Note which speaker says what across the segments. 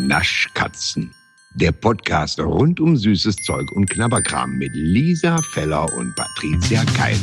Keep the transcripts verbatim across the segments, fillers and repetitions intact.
Speaker 1: Naschkatzen. Der Podcast rund um süßes Zeug und Knabberkram mit Lisa Feller und Patricia Keil.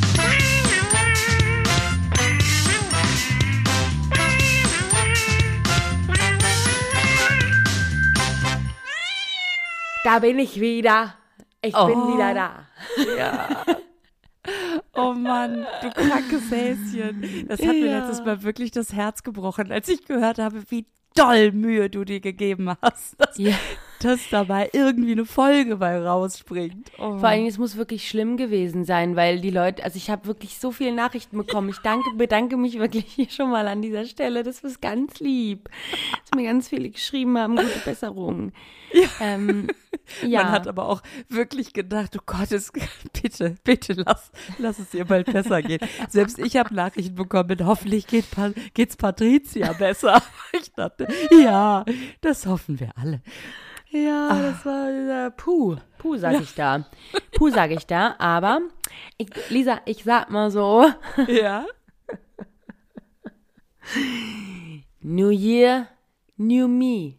Speaker 2: Da bin ich wieder. Ich
Speaker 3: Oh.
Speaker 2: bin wieder da.
Speaker 3: Ja. Oh Mann, du krankes Häschen. Das hat mir
Speaker 2: Ja.
Speaker 3: letztes Mal wirklich das Herz gebrochen, als ich gehört habe, wie doll Mühe du dir gegeben hast, dass,
Speaker 2: Ja.
Speaker 3: dass dabei irgendwie eine Folge bei rausspringt. Oh.
Speaker 2: Vor allem, es muss wirklich schlimm gewesen sein, weil die Leute, also ich habe wirklich so viele Nachrichten bekommen. Ich danke, bedanke mich wirklich hier schon mal an dieser Stelle. Das ist ganz lieb. Dass mir ganz viele geschrieben haben, gute Besserung.
Speaker 3: Ja.
Speaker 2: Ähm, ja.
Speaker 3: Man hat aber auch wirklich gedacht, oh Gott, es, bitte, bitte lass, lass es ihr bald besser gehen. Selbst ich habe Nachrichten bekommen, hoffentlich geht, geht's Patricia besser. Ich dachte, ja, das hoffen wir alle.
Speaker 2: Ja,
Speaker 3: Ah.
Speaker 2: das war äh, puh, puh sag ich da. Puh sag ich da, aber ich, Lisa, ich sag mal so,
Speaker 3: Ja?
Speaker 2: New Year, New Me.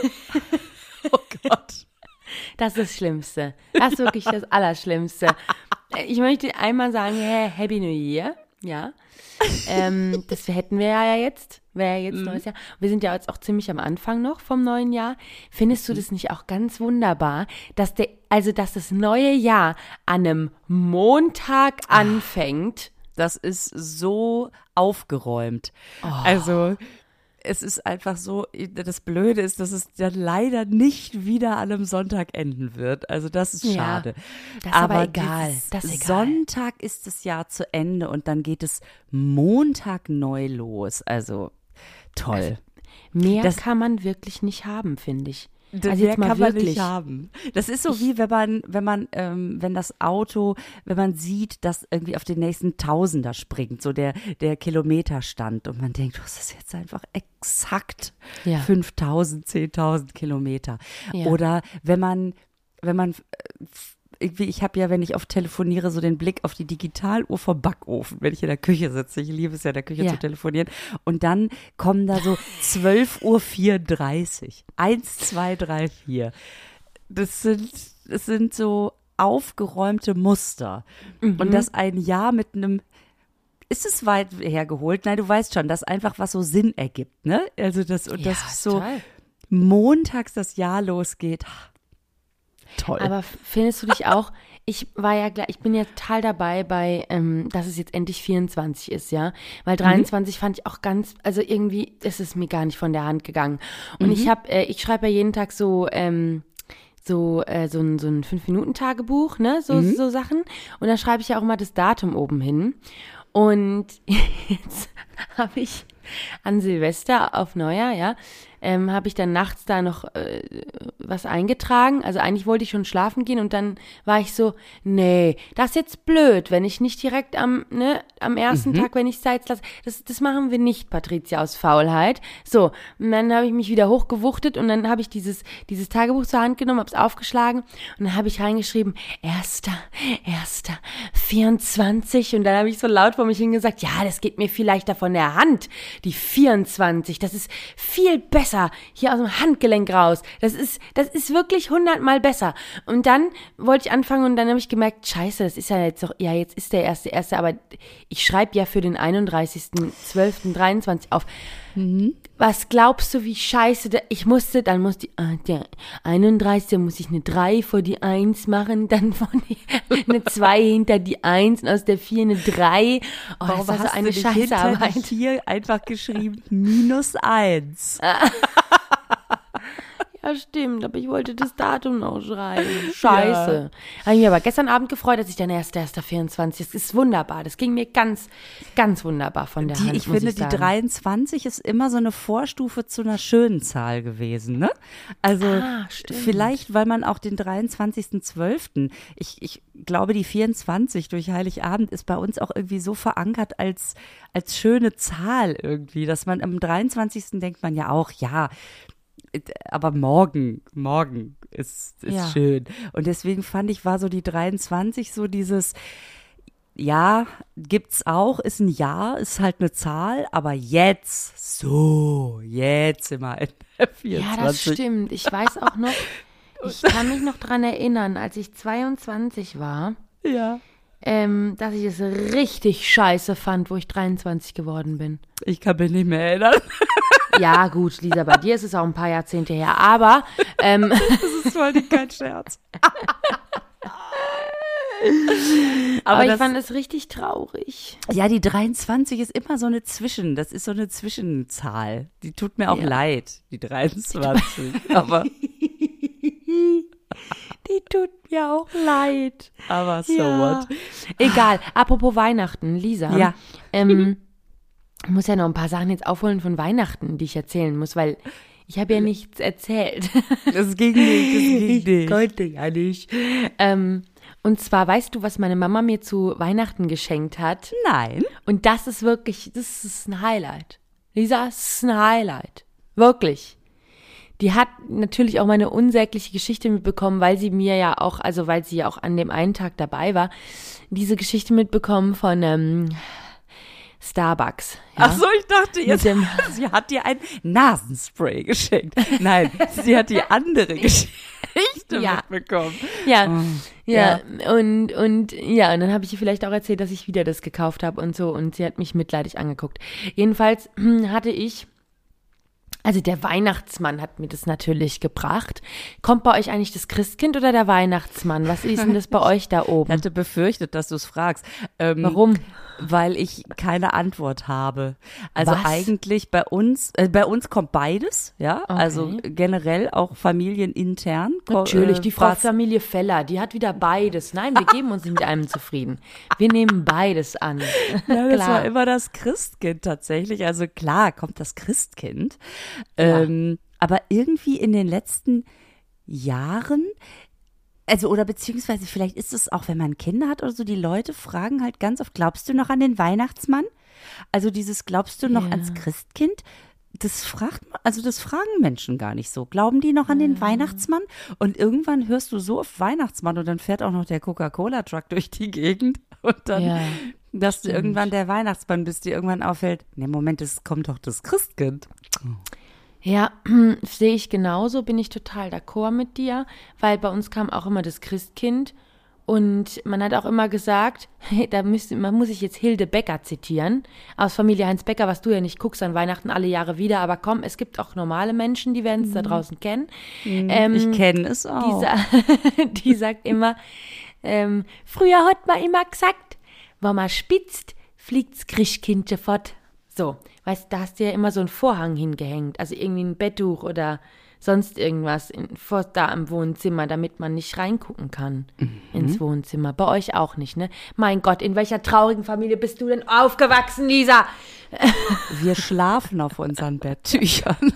Speaker 3: Oh Gott.
Speaker 2: Das ist das Schlimmste. Das ist wirklich das Allerschlimmste. Ich möchte einmal sagen, hey, Happy New Year. Ja. Ähm, das hätten wir ja jetzt. Wäre ja jetzt
Speaker 3: Mhm.
Speaker 2: neues Jahr. Wir sind ja jetzt auch ziemlich am Anfang noch vom neuen Jahr. Findest du das nicht auch ganz wunderbar, dass der, also dass das neue Jahr an einem Montag anfängt?
Speaker 3: Das ist so aufgeräumt. Also es ist einfach so, das Blöde ist, dass es dann leider nicht wieder an einem Sonntag enden wird. Also das ist
Speaker 2: Ja,
Speaker 3: schade.
Speaker 2: das ist aber egal.
Speaker 3: dieses
Speaker 2: Das ist egal.
Speaker 3: Sonntag ist das Jahr zu Ende und dann geht es Montag neu los. Also toll.
Speaker 2: Mehr
Speaker 3: Das-
Speaker 2: kann man wirklich nicht haben, finde ich.
Speaker 3: Das
Speaker 2: Also jetzt mal
Speaker 3: kann man
Speaker 2: wirklich.
Speaker 3: nicht haben. Das ist so wie wenn man, wenn man, ähm, wenn das Auto, wenn man sieht, dass irgendwie auf den nächsten Tausender springt, so der, der Kilometerstand und man denkt, das ist jetzt einfach exakt
Speaker 2: Ja.
Speaker 3: fünftausend, zehntausend Kilometer.
Speaker 2: Ja.
Speaker 3: Oder wenn man, wenn man, äh, irgendwie, ich habe ja, wenn ich oft telefoniere, so den Blick auf die Digitaluhr vom Backofen, wenn ich in der Küche sitze. Ich liebe es ja, in der Küche
Speaker 2: Ja.
Speaker 3: zu telefonieren. Und dann kommen da so zwölf Uhr vierunddreißig. Eins, zwei, drei, vier. Das sind, das sind so aufgeräumte Muster. Und das ein Jahr mit einem, ist es weit hergeholt? Nein, du weißt schon, dass einfach was so Sinn ergibt, ne? Also das, und
Speaker 2: Ja,
Speaker 3: das
Speaker 2: ist
Speaker 3: so
Speaker 2: toll.
Speaker 3: montags das Jahr losgeht. Toll.
Speaker 2: Aber findest du dich auch, ich war ja gleich, ich bin ja total dabei bei, ähm, dass es jetzt endlich vierundzwanzig ist, ja, weil dreiundzwanzig fand ich auch ganz, also irgendwie ist es mir gar nicht von der Hand gegangen. Und ich habe, äh, ich schreibe ja jeden Tag so, ähm, so, äh, so ein, so ein Fünf-Minuten-Tagebuch, ne, so, so Sachen. Und da schreibe ich ja auch immer das Datum oben hin. Und jetzt habe ich an Silvester auf Neujahr, ja, ähm, habe ich dann nachts da noch äh, was eingetragen. Also eigentlich wollte ich schon schlafen gehen und dann war ich so, nee, das ist jetzt blöd, wenn ich nicht direkt am, ne, am ersten Tag, wenn ich es Zeit lasse. Das, das machen wir nicht, Patricia, aus Faulheit. So, und dann habe ich mich wieder hochgewuchtet und dann habe ich dieses, dieses Tagebuch zur Hand genommen, habe es aufgeschlagen und dann habe ich reingeschrieben, erster, erster, vierundzwanzig und dann habe ich so laut vor mich hingesagt, ja, das geht mir viel leichter von der Hand, die vierundzwanzig, das ist viel besser, hier aus dem Handgelenk raus, das ist, das ist wirklich hundertmal besser. Und dann wollte ich anfangen und dann habe ich gemerkt, scheiße, das ist ja jetzt doch, ja, jetzt ist der erste, erste, aber ich schreibe ja für den einunddreißigsten zwölften dreiundzwanzig auf. Was glaubst du, wie scheiße, da, ich musste, dann musste ich, ah, der einunddreißigste muss ich eine drei vor die eins machen, dann von die, eine zwei hinter die eins und aus der vier eine drei. Oh,
Speaker 3: Warum
Speaker 2: das war so
Speaker 3: hast
Speaker 2: eine
Speaker 3: du nicht hinter
Speaker 2: Scheißarbeit.
Speaker 3: hier einfach geschrieben minus eins?
Speaker 2: Ja, stimmt, aber ich wollte das Datum noch schreiben. Scheiße. Habe ich mir aber gestern Abend gefreut, dass ich dann erst erster vierundzwanzig. Das ist wunderbar. Das ging mir ganz, ganz wunderbar von der
Speaker 3: Die,
Speaker 2: Hand,
Speaker 3: ich
Speaker 2: muss
Speaker 3: finde,
Speaker 2: ich
Speaker 3: die
Speaker 2: sagen.
Speaker 3: dreiundzwanzig ist immer so eine Vorstufe zu einer schönen Zahl gewesen, ne? Also
Speaker 2: Ah, stimmt.
Speaker 3: vielleicht, weil man auch den dreiundzwanzigsten zwölften Ich, ich glaube, die vierundzwanzig durch Heiligabend ist bei uns auch irgendwie so verankert als, als schöne Zahl irgendwie, dass man am dreiundzwanzigsten denkt man ja auch, ja, aber morgen, morgen ist, ist
Speaker 2: Ja.
Speaker 3: schön. Und deswegen fand ich, war so die dreiundzwanzig so dieses, ja, gibt's auch, ist ein Jahr, ist halt eine Zahl, aber jetzt, so, jetzt sind wir in der vierundzwanzig.
Speaker 2: Ja, das stimmt. Ich weiß auch noch, ich kann mich noch dran erinnern, als ich zweiundzwanzig war,
Speaker 3: Ja.
Speaker 2: ähm, dass ich es richtig scheiße fand, wo ich dreiundzwanzig geworden bin.
Speaker 3: Ich kann mich nicht mehr erinnern.
Speaker 2: Ja, gut, Lisa, bei dir ist es auch ein paar Jahrzehnte her, aber ähm,
Speaker 3: Das ist voll nicht kein Scherz.
Speaker 2: aber,
Speaker 3: Aber
Speaker 2: ich
Speaker 3: das-
Speaker 2: fand es richtig traurig.
Speaker 3: Ja, die dreiundzwanzig ist immer so eine Zwischen, das ist so eine Zwischenzahl. Die tut mir auch
Speaker 2: Ja.
Speaker 3: leid, die dreiundzwanzig. Aber,
Speaker 2: Die tut mir auch leid.
Speaker 3: aber so
Speaker 2: Ja.
Speaker 3: what.
Speaker 2: Egal, apropos Weihnachten, Lisa.
Speaker 3: Ja.
Speaker 2: Ähm, ich muss ja noch ein paar Sachen jetzt aufholen von Weihnachten, die ich erzählen muss, weil ich habe ja nichts erzählt.
Speaker 3: Das ging nicht, das ging nicht.
Speaker 2: Konnte ja nicht. Ähm, und zwar, weißt du, was meine Mama mir zu Weihnachten geschenkt hat?
Speaker 3: Nein.
Speaker 2: Und das ist wirklich, das ist ein Highlight. Lisa, das ist ein Highlight. Wirklich. Die hat natürlich auch meine unsägliche Geschichte mitbekommen, weil sie mir ja auch, also weil sie ja auch an dem einen Tag dabei war, diese Geschichte mitbekommen von ähm, Starbucks. Ja?
Speaker 3: Ach so, ich dachte jetzt,
Speaker 2: dem-
Speaker 3: sie hat dir ein Nasenspray geschenkt. Nein, sie hat die andere Geschichte
Speaker 2: Ja.
Speaker 3: mitbekommen.
Speaker 2: Ja,
Speaker 3: Oh,
Speaker 2: ja, und, und ja, und dann habe ich ihr vielleicht auch erzählt, dass ich wieder das gekauft habe und so, und sie hat mich mitleidig angeguckt. Jedenfalls hatte ich, also der Weihnachtsmann hat mir das natürlich gebracht. Kommt bei euch eigentlich das Christkind oder der Weihnachtsmann? Was ist denn das bei euch da
Speaker 3: Ich
Speaker 2: oben?
Speaker 3: hatte befürchtet, dass du es fragst. Ähm,
Speaker 2: Warum?
Speaker 3: Weil ich keine Antwort habe. Also
Speaker 2: Was?
Speaker 3: eigentlich bei uns, äh, bei uns kommt beides, ja.
Speaker 2: Okay.
Speaker 3: Also generell auch familienintern. ko-
Speaker 2: Natürlich,
Speaker 3: äh,
Speaker 2: die Frau
Speaker 3: was-
Speaker 2: Familie Feller, die hat wieder beides. Nein, wir geben uns nicht mit einem zufrieden. Wir nehmen beides an.
Speaker 3: Ja, das
Speaker 2: Klar.
Speaker 3: war immer das Christkind tatsächlich. Also klar kommt das Christkind. Ähm, aber irgendwie in den letzten Jahren, also oder beziehungsweise vielleicht ist es auch, wenn man Kinder hat oder so, die Leute fragen halt ganz oft, glaubst du noch an den Weihnachtsmann? Also dieses, glaubst du noch
Speaker 2: Ja.
Speaker 3: ans Christkind? Das fragt man, also das fragen Menschen gar nicht so. Glauben die noch an den Weihnachtsmann? Und irgendwann hörst du so auf Weihnachtsmann und dann fährt auch noch der Coca-Cola-Truck durch die Gegend und dann,
Speaker 2: Ja,
Speaker 3: dass du
Speaker 2: stimmt.
Speaker 3: irgendwann der Weihnachtsmann bist, dir irgendwann auffällt, ne Moment, es kommt doch das Christkind.
Speaker 2: Ja, sehe ich genauso, bin ich total d'accord mit dir, weil bei uns kam auch immer das Christkind und man hat auch immer gesagt, da müsste, man muss ich jetzt Hilde Becker zitieren, aus Familie Heinz Becker, was du ja nicht guckst an Weihnachten alle Jahre wieder, aber komm, es gibt auch normale Menschen, die werden es da draußen kennen. Ähm,
Speaker 3: Ich kenne es auch.
Speaker 2: die, sa- die sagt immer, ähm, früher hat man immer gesagt, wenn man spitzt, fliegt's Christkindchen fort. So, weißt du, da hast du ja immer so einen Vorhang hingehängt, also irgendwie ein Betttuch oder sonst irgendwas in, vor, da im Wohnzimmer, damit man nicht reingucken kann ins Wohnzimmer. Bei euch auch nicht, ne? Mein Gott, in welcher traurigen Familie bist du denn aufgewachsen, Lisa?
Speaker 3: Wir schlafen auf unseren Betttüchern.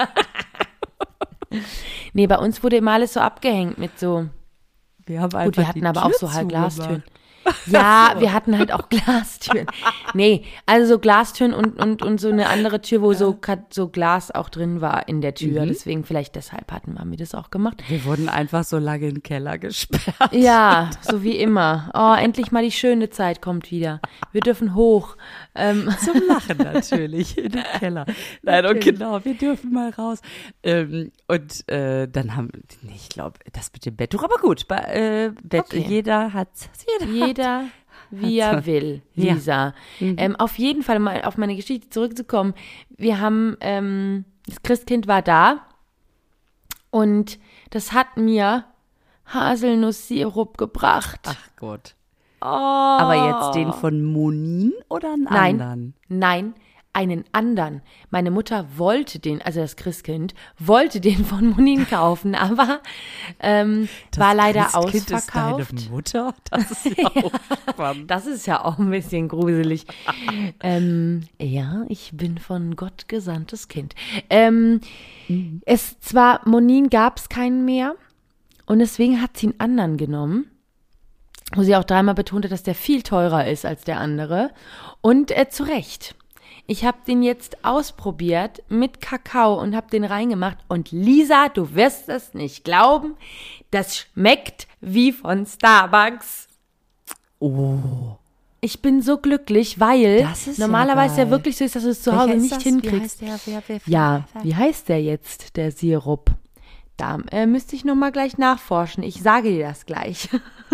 Speaker 2: Nee, bei uns wurde immer alles so abgehängt mit so,
Speaker 3: Wir haben
Speaker 2: gut,
Speaker 3: einfach
Speaker 2: wir hatten
Speaker 3: die
Speaker 2: aber auch
Speaker 3: Tür
Speaker 2: so halt
Speaker 3: zugemacht.
Speaker 2: Glastüren. Ja, wir hatten halt auch Glastüren. Nee, also so Glastüren und, und, und so eine andere Tür, wo so, Kat- so Glas auch drin war in der Tür. Deswegen vielleicht deshalb hatten wir das auch gemacht.
Speaker 3: Wir wurden einfach so lange in den Keller gesperrt.
Speaker 2: Ja, so wie immer. Oh, endlich mal die schöne Zeit kommt wieder. Wir dürfen hoch. Ähm,
Speaker 3: Zum Lachen natürlich, in den Keller. Nein, und
Speaker 2: Natürlich.
Speaker 3: genau, wir dürfen mal raus. Ähm, und äh, dann haben, nee, ich glaube, das mit dem Betttuch, aber gut, bei, äh, Bett,
Speaker 2: Okay.
Speaker 3: jeder hat, jeder,
Speaker 2: jeder, wie er will,
Speaker 3: Ja.
Speaker 2: Lisa. Ähm, auf jeden Fall mal auf meine Geschichte zurückzukommen. Wir haben, ähm, das Christkind war da und das hat mir Haselnusssirup gebracht.
Speaker 3: Ach Gott.
Speaker 2: Oh.
Speaker 3: Aber jetzt den von Monin oder einen
Speaker 2: Nein,
Speaker 3: anderen?
Speaker 2: nein, einen anderen. Meine Mutter wollte den, also das Christkind, wollte den von Monin kaufen, aber ähm, war leider
Speaker 3: Christkind
Speaker 2: ausverkauft.
Speaker 3: Ist deine Mutter? Das ist ja auch spannend.
Speaker 2: Das ist ja auch ein bisschen gruselig. ähm, ja, ich bin von Gott gesandtes Kind. Ähm, Es zwar, Monin gab es keinen mehr und deswegen hat sie einen anderen genommen, wo sie auch dreimal betonte, dass der viel teurer ist als der andere. Und äh, zu Recht. Ich habe den jetzt ausprobiert mit Kakao und habe den reingemacht. Und Lisa, du wirst es nicht glauben, das schmeckt wie von Starbucks.
Speaker 3: Oh,
Speaker 2: ich bin so glücklich, weil
Speaker 3: Das ist ja
Speaker 2: normalerweise ja,
Speaker 3: geil.
Speaker 2: wirklich so ist, dass du es zu Hause
Speaker 3: Welcher ist
Speaker 2: nicht
Speaker 3: das?
Speaker 2: hinkriegst.
Speaker 3: Wie heißt der? Wer, wer,
Speaker 2: Ja,
Speaker 3: wer-
Speaker 2: wie heißt der jetzt, der Sirup? Da äh, müsste ich nochmal gleich nachforschen. Ich sage dir das gleich.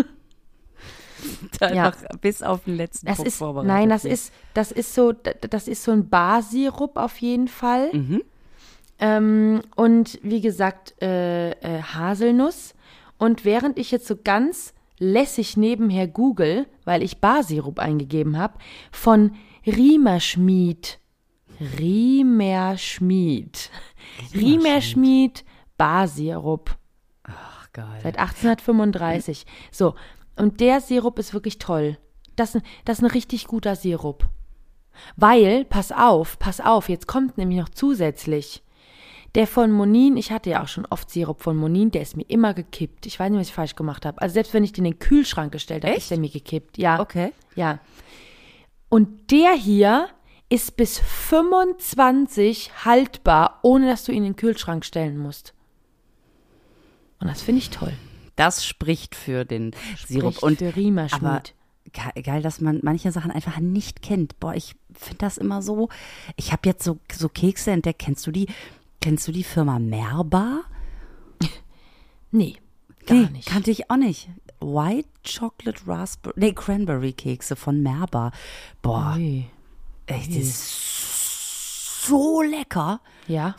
Speaker 3: Einfach bis auf den letzten
Speaker 2: Das
Speaker 3: Punkt
Speaker 2: ist,
Speaker 3: vorbereitet
Speaker 2: nein, das
Speaker 3: hier.
Speaker 2: ist, das ist so, das ist so ein Barsirup auf jeden Fall.
Speaker 3: Mhm.
Speaker 2: Ähm, und wie gesagt, äh, äh, Haselnuss. Und während ich jetzt so ganz lässig nebenher google, weil ich Barsirup eingegeben habe, von Riemerschmied. Riemerschmied. Riemerschmied Barsirup.
Speaker 3: Ach, geil.
Speaker 2: Seit achtzehnhundertfünfunddreißig. So, und der Sirup ist wirklich toll. Das, das ist ein richtig guter Sirup. Weil, pass auf, pass auf, jetzt kommt nämlich noch zusätzlich der von Monin, ich hatte ja auch schon oft Sirup von Monin, der ist mir immer gekippt. Ich weiß nicht, was ich falsch gemacht habe. Also selbst wenn ich den in den Kühlschrank gestellt habe, ist der mir gekippt. Ja.
Speaker 3: Okay.
Speaker 2: Ja. Und der hier ist bis fünfundzwanzig haltbar, ohne dass du ihn in den Kühlschrank stellen musst. Und das finde ich toll.
Speaker 3: Das spricht für den Sirup.
Speaker 2: Spricht
Speaker 3: Und
Speaker 2: für Riemerschmied.
Speaker 3: aber ge- geil, dass man manche Sachen einfach nicht kennt. Boah, ich finde das immer so. Ich habe jetzt so, so Kekse entdeckt. Kennst du die? Kennst du die Firma Merba?
Speaker 2: Nee, gar
Speaker 3: Nee,
Speaker 2: nicht.
Speaker 3: kannte ich auch nicht. White Chocolate Raspberry, nee, Cranberry Kekse von Merba. Boah,
Speaker 2: Ui.
Speaker 3: ey, das ist so lecker.
Speaker 2: Ja.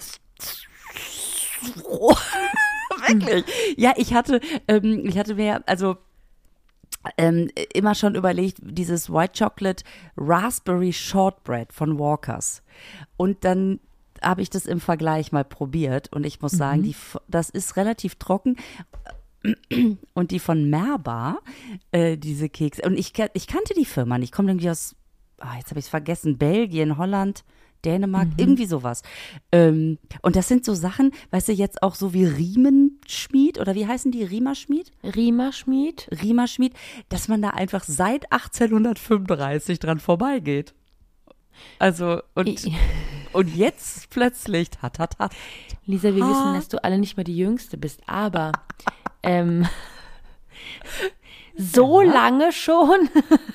Speaker 3: Oh, wirklich. Ja, ich hatte, ähm, ich hatte mir, also ähm, immer schon überlegt, dieses White Chocolate Raspberry Shortbread von Walkers. Und dann habe ich das im Vergleich mal probiert und ich muss sagen, die, f- das ist relativ trocken. Und die von Merba, äh, diese Kekse, und ich, ke- ich kannte die Firma nicht, ich komme irgendwie aus, ah, jetzt habe ich es vergessen, Belgien, Holland, Dänemark, irgendwie sowas. Ähm, und das sind so Sachen, weißt du, jetzt auch so wie Riemenschmied, oder wie heißen die, Riemerschmied?
Speaker 2: Riemerschmied?
Speaker 3: Riemerschmied, dass man da einfach seit achtzehnhundertfünfunddreißig dran vorbeigeht. Also, und,
Speaker 2: I-
Speaker 3: und jetzt plötzlich, tat, tat, tat.
Speaker 2: Lisa, wir
Speaker 3: Ah.
Speaker 2: wissen, dass du alle nicht mehr die Jüngste bist, aber ähm, so lange schon.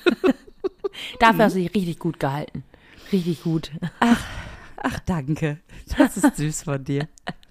Speaker 2: Dafür hast du dich richtig gut gehalten. Richtig gut.
Speaker 3: Ach, danke. Das ist süß von dir.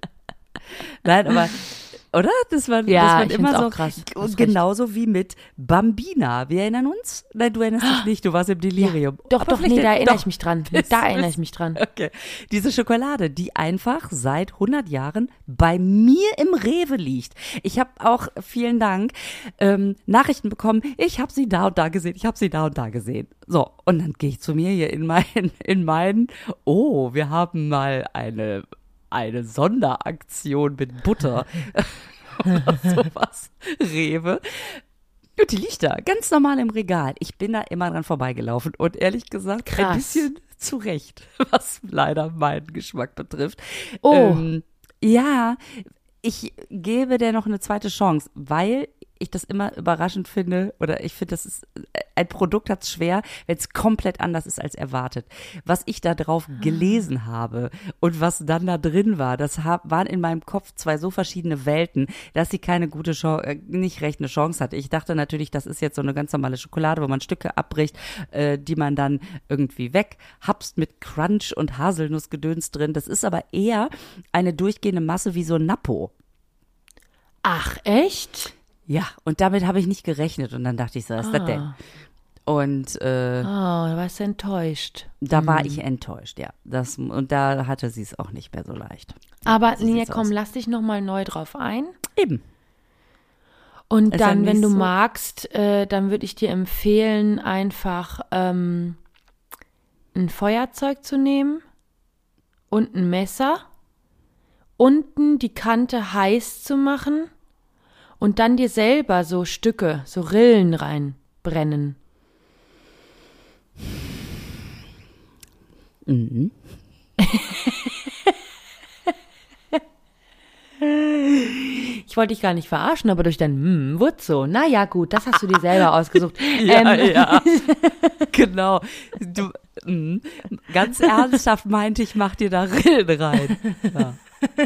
Speaker 3: Nein, aber, oder? Das war,
Speaker 2: Ja,
Speaker 3: das war
Speaker 2: ich
Speaker 3: immer
Speaker 2: find's
Speaker 3: so.
Speaker 2: auch krass. Du hast
Speaker 3: Und genauso wie mit Bambina. Wir erinnern uns? Nein, du erinnerst dich nicht. Du warst im Delirium.
Speaker 2: Doch,
Speaker 3: Aber
Speaker 2: doch,
Speaker 3: vielleicht-
Speaker 2: nee, da erinnere
Speaker 3: doch.
Speaker 2: ich mich dran.
Speaker 3: Bist-
Speaker 2: Da erinnere
Speaker 3: bist-
Speaker 2: ich mich dran.
Speaker 3: Okay. Diese Schokolade, die einfach seit hundert Jahren bei mir im Rewe liegt. Ich habe auch, vielen Dank, ähm, Nachrichten bekommen, ich habe sie da und da gesehen, ich habe sie da und da gesehen. So, und dann gehe ich zu mir hier in meinen, in meinen, oh, wir haben mal eine, eine Sonderaktion mit Butter. Oder sowas. Rewe. Und die liegt da, ganz normal im Regal. Ich bin da immer dran vorbeigelaufen und ehrlich gesagt
Speaker 2: Krass.
Speaker 3: ein bisschen zu Recht, was leider meinen Geschmack betrifft.
Speaker 2: Oh.
Speaker 3: Ähm, ja, ich gebe der noch eine zweite Chance, weil ich das immer überraschend finde oder ich finde, das ist, ein Produkt hat es schwer, wenn es komplett anders ist als erwartet. Was ich da drauf gelesen habe und was dann da drin war, das hab, waren in meinem Kopf zwei so verschiedene Welten, dass sie keine gute Chance, äh, nicht recht eine Chance hatte. Ich dachte natürlich, das ist jetzt so eine ganz normale Schokolade, wo man Stücke abbricht, äh, die man dann irgendwie weghapst mit Crunch und Haselnussgedöns drin. Das ist aber eher eine durchgehende Masse wie so ein Nappo.
Speaker 2: Ach, echt?
Speaker 3: Ja, und damit habe ich nicht gerechnet. Und dann dachte ich so, was ist das denn?
Speaker 2: Ah.
Speaker 3: Und äh,
Speaker 2: Oh, da warst du enttäuscht.
Speaker 3: da war ich enttäuscht, ja. Das, und da hatte sie es auch nicht mehr so leicht.
Speaker 2: Aber
Speaker 3: So
Speaker 2: Nina,
Speaker 3: sieht's
Speaker 2: komm,
Speaker 3: aus.
Speaker 2: lass dich nochmal neu drauf ein.
Speaker 3: Eben.
Speaker 2: Und
Speaker 3: Ist ja
Speaker 2: dann, wenn
Speaker 3: nicht
Speaker 2: du
Speaker 3: so-
Speaker 2: magst, äh, dann würde ich dir empfehlen, einfach ähm, ein Feuerzeug zu nehmen und ein Messer, unten die Kante heiß zu machen und dann dir selber so Stücke, so Rillen reinbrennen.
Speaker 3: Mhm.
Speaker 2: Ich wollte dich gar nicht verarschen, aber durch dein Hm, wurde so. Naja, gut, das hast du dir selber ausgesucht.
Speaker 3: Ja,
Speaker 2: Ähm,
Speaker 3: ja. Genau. Du, mm, ganz ernsthaft meinte ich, mach dir da Rillen rein. Ja.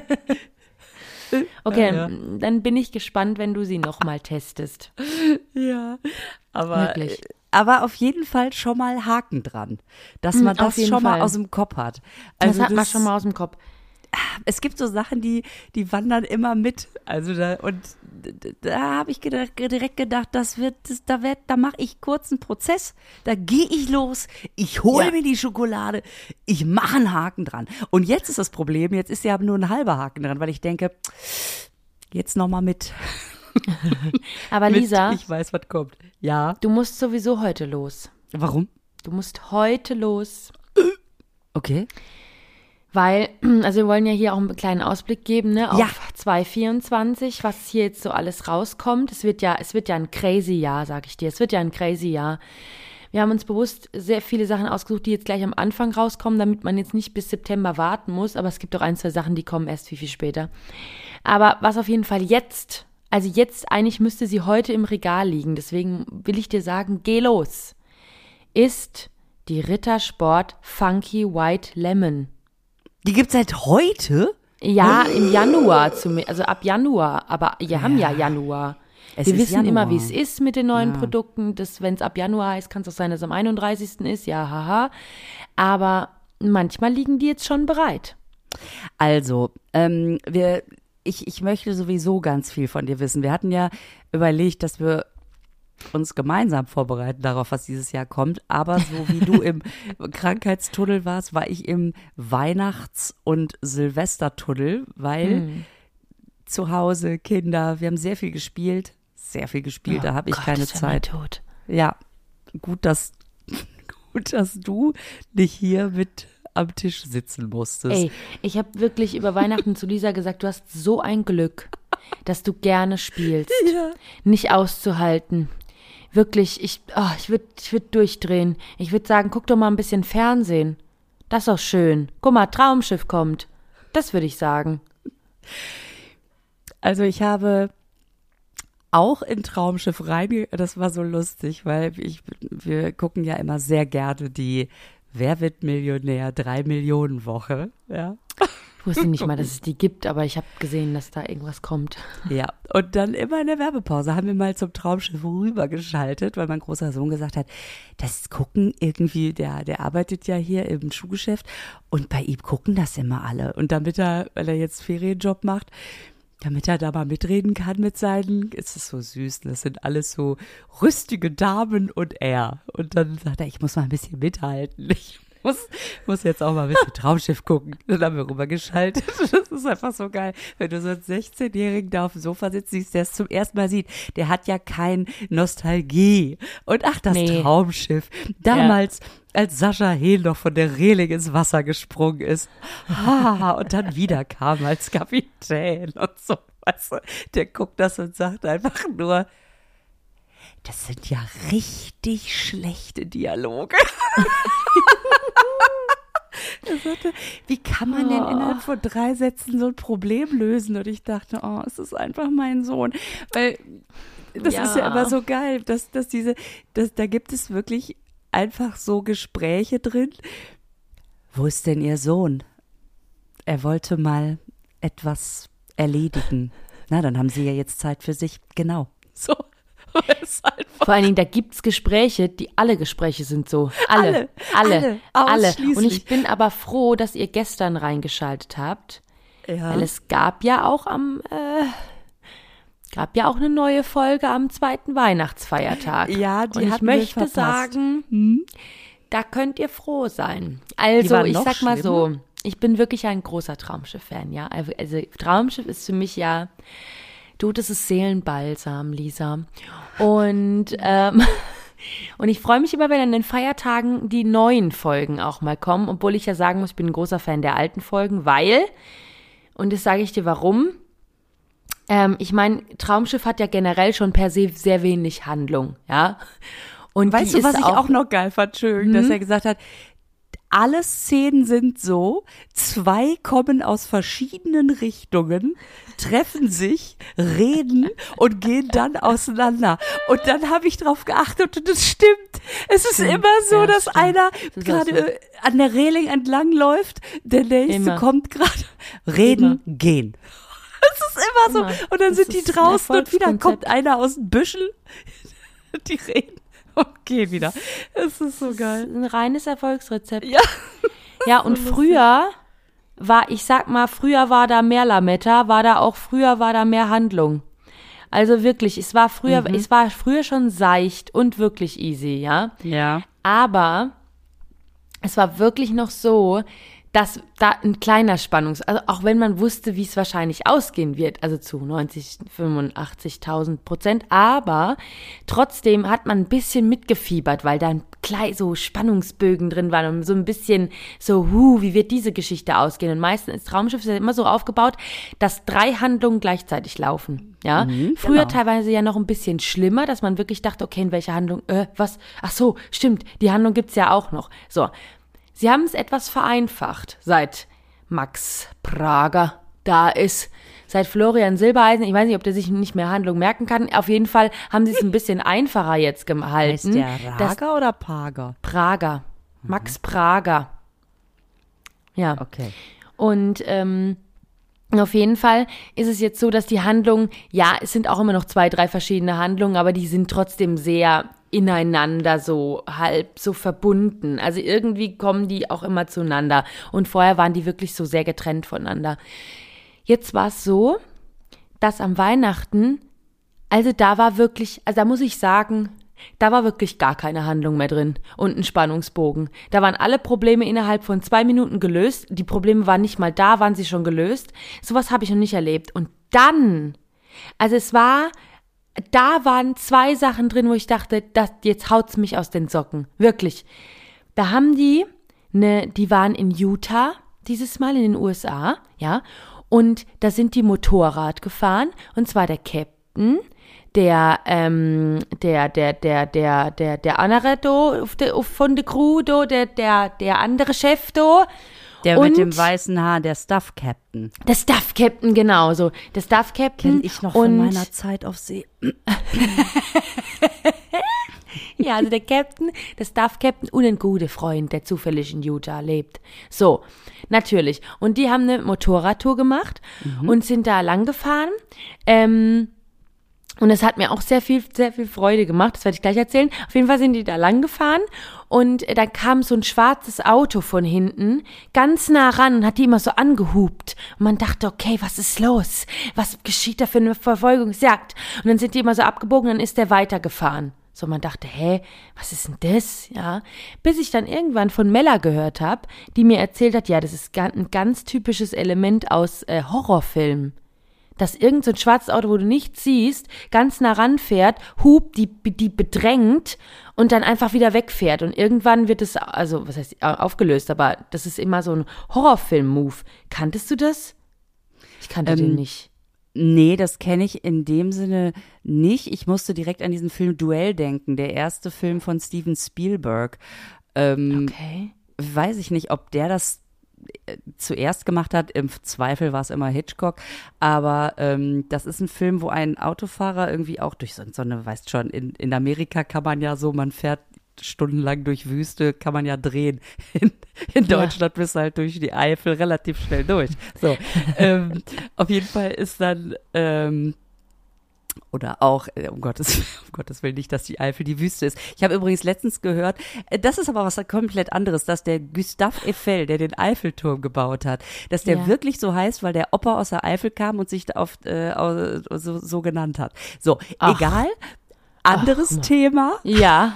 Speaker 2: Okay,
Speaker 3: Ja, ja.
Speaker 2: dann bin ich gespannt, wenn du sie nochmal testest.
Speaker 3: Ja, aber
Speaker 2: Wirklich.
Speaker 3: aber auf jeden Fall schon mal Haken dran, dass man
Speaker 2: Hm, auf
Speaker 3: das
Speaker 2: jeden
Speaker 3: schon mal
Speaker 2: Fall.
Speaker 3: aus dem Kopf hat.
Speaker 2: Das
Speaker 3: Also
Speaker 2: hat man schon mal aus dem Kopf.
Speaker 3: es gibt so Sachen, die, die wandern immer mit. Also da, und d- da habe ich gedacht, direkt gedacht, das wird, das, da wird, da mache ich kurz einen Prozess, da gehe ich los, ich hole
Speaker 2: Ja.
Speaker 3: mir die Schokolade, ich mache einen Haken dran. Und jetzt ist das Problem, jetzt ist ja nur ein halber Haken dran, weil ich denke, jetzt nochmal mit.
Speaker 2: Aber
Speaker 3: mit,
Speaker 2: Lisa,
Speaker 3: ich weiß, was kommt. Ja.
Speaker 2: du musst sowieso heute los.
Speaker 3: Warum?
Speaker 2: Du musst heute los.
Speaker 3: Okay.
Speaker 2: Weil, also wir wollen ja hier auch einen kleinen Ausblick geben, ne, auf
Speaker 3: Ja.
Speaker 2: zwanzig vierundzwanzig, was hier jetzt so alles rauskommt. Es wird ja, es wird ja ein crazy Jahr, sag ich dir. Es wird ja ein crazy Jahr. Wir haben uns bewusst sehr viele Sachen ausgesucht, die jetzt gleich am Anfang rauskommen, damit man jetzt nicht bis September warten muss. Aber es gibt auch ein, zwei Sachen, die kommen erst viel, viel später. Aber was auf jeden Fall jetzt, also jetzt eigentlich müsste sie heute im Regal liegen. Deswegen will ich dir sagen, geh los. Ist die Rittersport Funky White Lemon.
Speaker 3: Die gibt's seit heute?
Speaker 2: Ja, im Januar, zum, also ab Januar, aber wir haben ja Januar.
Speaker 3: Es
Speaker 2: Wir
Speaker 3: ist
Speaker 2: wissen
Speaker 3: Januar.
Speaker 2: immer, wie es ist mit den neuen
Speaker 3: Ja.
Speaker 2: Produkten. Wenn es ab Januar heißt, kann es auch sein, dass es am einunddreißigsten ist, ja, haha. Aber manchmal liegen die jetzt schon bereit.
Speaker 3: Also, ähm, wir, ich, ich möchte sowieso ganz viel von dir wissen. Wir hatten ja überlegt, dass wir uns gemeinsam vorbereiten darauf, was dieses Jahr kommt. Aber so wie du im Krankheitstunnel warst, war ich im Weihnachts- und Silvestertunnel, weil
Speaker 2: Hm.
Speaker 3: zu Hause, Kinder, wir haben sehr viel gespielt. Sehr viel gespielt, da habe ich
Speaker 2: Gott,
Speaker 3: keine
Speaker 2: das wär mir
Speaker 3: Zeit.
Speaker 2: tot.
Speaker 3: Ja, gut, dass, gut, dass du nicht hier mit am Tisch sitzen musstest.
Speaker 2: Ey, ich habe wirklich über Weihnachten zu Lisa gesagt, du hast so ein Glück, dass du gerne spielst.
Speaker 3: Ja.
Speaker 2: Nicht auszuhalten. Wirklich, ich, oh, ich würde ich würd durchdrehen. Ich würde sagen, guck doch mal ein bisschen Fernsehen. Das ist doch schön. Guck mal, Traumschiff kommt. Das würde ich sagen.
Speaker 3: Also ich habe auch in Traumschiff reinge... Das war so lustig, weil ich, wir gucken ja immer sehr gerne die Wer wird Millionär? Drei Millionen Woche. Ja.
Speaker 2: Ich wusste nicht mal, dass es die gibt, aber ich habe gesehen, dass da irgendwas kommt.
Speaker 3: Ja, und dann immer in der Werbepause haben wir mal zum Traumschiff rübergeschaltet, weil mein großer Sohn gesagt hat, das gucken irgendwie, der, der arbeitet ja hier im Schuhgeschäft und bei ihm gucken das immer alle. Und damit er, weil er jetzt Ferienjob macht, damit er da mal mitreden kann mit seinen, es ist so süß, das sind alles so rüstige Damen und er. Und dann sagt er, ich muss mal ein bisschen mithalten. Ich muss, muss jetzt auch mal ein bisschen Traumschiff gucken. Dann haben wir rübergeschaltet. Das ist einfach so geil, wenn du so einen sechzehnjährigen da auf dem Sofa sitzt, siehst, der es zum ersten Mal sieht. Der hat ja kein Nostalgie. Und ach, das
Speaker 2: Nee.
Speaker 3: Traumschiff. Damals, als Sascha Hehn noch von der Reling ins Wasser gesprungen ist. Ah, und dann wieder kam als Kapitän und so. Weißt du, der guckt das und sagt einfach nur, das sind ja richtig schlechte Dialoge. Er sagte, wie kann man denn innerhalb von drei Sätzen so ein Problem lösen? Und ich dachte, oh, es ist einfach mein Sohn. Weil das
Speaker 2: Ja.
Speaker 3: ist ja immer so geil, dass, dass diese, dass, da gibt es wirklich einfach so Gespräche drin. Wo ist denn Ihr Sohn? Er wollte mal etwas erledigen. Na, dann haben Sie ja jetzt Zeit für sich. Genau. So. Es ist einfach
Speaker 2: Vor allen Dingen, da gibt's Gespräche, die alle Gespräche sind so. Alle.
Speaker 3: Alle,
Speaker 2: Alle.
Speaker 3: alle,
Speaker 2: Alle.
Speaker 3: ausschließlich.
Speaker 2: Und ich bin aber froh, dass ihr gestern reingeschaltet habt.
Speaker 3: Ja.
Speaker 2: Weil es gab ja auch am, äh, gab ja auch eine neue Folge am zweiten Weihnachtsfeiertag.
Speaker 3: Ja, die
Speaker 2: Und ich
Speaker 3: hatten wir
Speaker 2: möchte
Speaker 3: verpasst.
Speaker 2: sagen, da könnt ihr froh sein.
Speaker 3: Die
Speaker 2: Also,
Speaker 3: war
Speaker 2: ich
Speaker 3: noch
Speaker 2: sag mal so,
Speaker 3: schlimmer.
Speaker 2: ich bin wirklich ein großer Traumschiff-Fan, ja. Also, also Traumschiff ist für mich ja, du, das ist Seelenbalsam, Lisa. Und, ähm, und ich freue mich immer, wenn an den Feiertagen die neuen Folgen auch mal kommen, obwohl ich ja sagen muss, ich bin ein großer Fan der alten Folgen, weil, und das sage ich dir warum, ähm, ich meine, Traumschiff hat ja generell schon per se sehr wenig Handlung, ja. Und
Speaker 3: Weißt
Speaker 2: die
Speaker 3: du, was
Speaker 2: ist
Speaker 3: ich auch noch geil fand, schön, dass er gesagt hat, alle Szenen sind so, zwei kommen aus verschiedenen Richtungen, treffen sich, reden und gehen dann auseinander. Und dann habe ich drauf geachtet und es stimmt. Es ist
Speaker 2: Stimmt.
Speaker 3: immer so,
Speaker 2: Ja,
Speaker 3: dass
Speaker 2: stimmt.
Speaker 3: einer
Speaker 2: Das ist
Speaker 3: gerade
Speaker 2: auch so.
Speaker 3: äh, an der Reling entlang läuft, der nächste
Speaker 2: Immer.
Speaker 3: kommt gerade, reden, gehen. Es ist immer so.
Speaker 2: Immer.
Speaker 3: Und dann
Speaker 2: Das
Speaker 3: sind die
Speaker 2: ist ein
Speaker 3: draußen und wieder
Speaker 2: Erfolgskonzept.
Speaker 3: kommt einer aus den Büschen, die reden Okay, wieder. Es ist so geil.
Speaker 2: Das ist ein reines Erfolgsrezept.
Speaker 3: Ja.
Speaker 2: Ja, und früher war, ich sag mal, früher war da mehr Lametta, war da auch, früher war da mehr Handlung. Also wirklich, es war früher, mhm. es war früher schon seicht und wirklich easy, ja.
Speaker 3: Ja.
Speaker 2: Aber es war wirklich noch so, dass da ein kleiner Spannungs-, also auch wenn man wusste, wie es wahrscheinlich ausgehen wird, also zu neunzig, fünfundachtzigtausend Prozent, aber trotzdem hat man ein bisschen mitgefiebert, weil da klein so Spannungsbögen drin waren und so ein bisschen so, hu, wie wird diese Geschichte ausgehen? Und meistens ist Traumschiff ja immer so aufgebaut, dass drei Handlungen gleichzeitig laufen, ja.
Speaker 3: Mhm,
Speaker 2: Früher
Speaker 3: genau.
Speaker 2: teilweise ja noch ein bisschen schlimmer, dass man wirklich dachte, okay, in welcher Handlung, äh, was? Ach so, stimmt, die Handlung gibt's ja auch noch. So. Sie haben es etwas vereinfacht, seit Max Prager da ist, seit Florian Silbereisen, ich weiß nicht, ob der sich nicht mehr Handlung merken kann, auf jeden Fall haben sie es ein bisschen einfacher jetzt gehalten.
Speaker 3: Heißt der Rager oder Prager?
Speaker 2: Prager, Max Prager. Ja.
Speaker 3: Okay.
Speaker 2: Und ähm, auf jeden Fall ist es jetzt so, dass die Handlungen, ja, es sind auch immer noch zwei, drei verschiedene Handlungen, aber die sind trotzdem sehr ineinander so halb so verbunden. Also irgendwie kommen die auch immer zueinander. Und vorher waren die wirklich so sehr getrennt voneinander. Jetzt war es so, dass am Weihnachten, also da war wirklich, also da muss ich sagen, da war wirklich gar keine Handlung mehr drin und ein Spannungsbogen. Da waren alle Probleme innerhalb von zwei Minuten gelöst. Die Probleme waren nicht mal da, waren sie schon gelöst. Sowas habe ich noch nicht erlebt. Und dann, also es war, da waren zwei Sachen drin, wo ich dachte, das, jetzt haut's mich aus den Socken. Wirklich. Da haben die, ne, die waren in Utah dieses Mal in den U S A, ja, und da sind die Motorrad gefahren, und zwar der Captain, der, ähm, der, der, der, der, der, der andere do, auf de, auf von der Crew, do, der, der, der andere Chef, do.
Speaker 3: Der
Speaker 2: und
Speaker 3: mit dem weißen Haar, der Staff Captain.
Speaker 2: Der Staff Captain, genau so. Der Staff Captain.
Speaker 3: Kenn ich noch
Speaker 2: und
Speaker 3: von meiner Zeit auf See.
Speaker 2: Ja, also der Captain, der Staff Captain und ein guter Freund, der zufällig in Utah lebt. So, natürlich. Und die haben eine Motorradtour gemacht mhm. und sind da lang gefahren. Ähm, Und es hat mir auch sehr viel, sehr viel Freude gemacht. Das werde ich gleich erzählen. Auf jeden Fall sind die da lang gefahren und da kam so ein schwarzes Auto von hinten ganz nah ran und hat die immer so angehupt. Und man dachte, okay, was ist los? Was geschieht da für eine Verfolgungsjagd? Und dann sind die immer so abgebogen, dann ist der weitergefahren. So, man dachte, hä, was ist denn das? Ja, bis ich dann irgendwann von Mella gehört habe, die mir erzählt hat, ja, das ist ein ganz typisches Element aus äh, Horrorfilmen. Dass irgend so ein schwarzes Auto, wo du nichts siehst, ganz nah ranfährt, hupt, die, die bedrängt und dann einfach wieder wegfährt. Und irgendwann wird es, also was heißt aufgelöst, aber das ist immer so ein Horrorfilm-Move. Kanntest du das? Ich kannte ähm, den nicht.
Speaker 3: Nee, das kenne ich in dem Sinne nicht. Ich musste direkt an diesen Film Duell denken, der erste Film von Steven Spielberg. Ähm,
Speaker 2: okay.
Speaker 3: Weiß ich nicht, ob der das zuerst gemacht hat, im Zweifel war es immer Hitchcock, aber ähm, das ist ein Film, wo ein Autofahrer irgendwie auch durch so, so eine, weißt schon, in, in Amerika kann man ja so, man fährt stundenlang durch Wüste, kann man ja drehen. In, in Deutschland ja. bist du halt durch die Eifel relativ schnell durch. So, ähm, auf jeden Fall ist dann ähm, oder auch, um Gottes, um Gottes Willen nicht, dass die Eifel die Wüste ist. Ich habe übrigens letztens gehört, das ist aber was komplett anderes, dass der Gustave Eiffel, der den Eiffelturm gebaut hat, dass der ja. wirklich so heißt, weil der Opa aus der Eifel kam und sich da oft äh, so, so genannt hat. So, Ach. egal. Anderes Ach, Thema.
Speaker 2: Ja.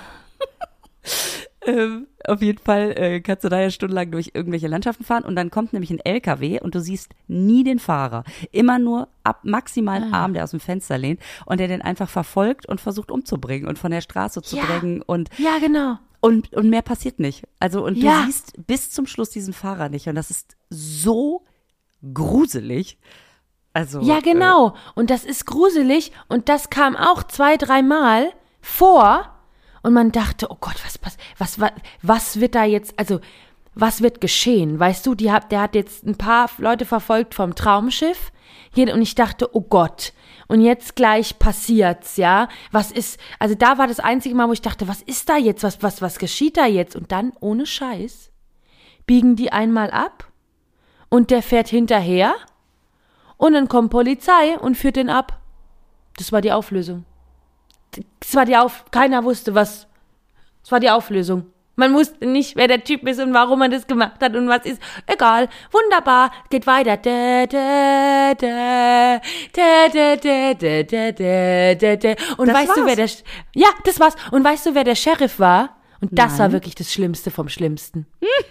Speaker 3: Ähm, auf jeden Fall äh, kannst du da ja stundenlang durch irgendwelche Landschaften fahren und dann kommt nämlich ein L K W und du siehst nie den Fahrer. Immer nur ab maximalen ah. Arm, der aus dem Fenster lehnt und der den einfach verfolgt und versucht umzubringen und von der Straße zu
Speaker 2: ja.
Speaker 3: drängen und
Speaker 2: ja, genau.
Speaker 3: Und, und mehr passiert nicht. Also und
Speaker 2: ja.
Speaker 3: du siehst bis zum Schluss diesen Fahrer nicht und das ist so gruselig. Also
Speaker 2: ja, genau. Äh, und das ist gruselig und das kam auch zwei, dreimal vor. Und man dachte, oh Gott, was, was, was, was, was wird da jetzt, also, was wird geschehen? Weißt du, die hat, der hat jetzt ein paar Leute verfolgt vom Traumschiff. Hier, und ich dachte, oh Gott. Und jetzt gleich passiert's, ja. Was ist, also da war das einzige Mal, wo ich dachte, was ist da jetzt? Was, was, was geschieht da jetzt? Und dann, ohne Scheiß, biegen die einmal ab und der fährt hinterher und dann kommt Polizei und führt den ab. Das war die Auflösung. Das war die Auf, keiner wusste, was, Das war die Auflösung. Man wusste nicht, wer der Typ ist und warum er das gemacht hat und was ist. Egal, wunderbar, geht weiter. Da, da, da, da, da, da, da, da, da, da. Und
Speaker 3: Das
Speaker 2: weißt
Speaker 3: war's?
Speaker 2: du, wer der... Ja, das war's. Und weißt du, wer der Sheriff war? Und das
Speaker 3: Nein.
Speaker 2: war wirklich das Schlimmste vom Schlimmsten.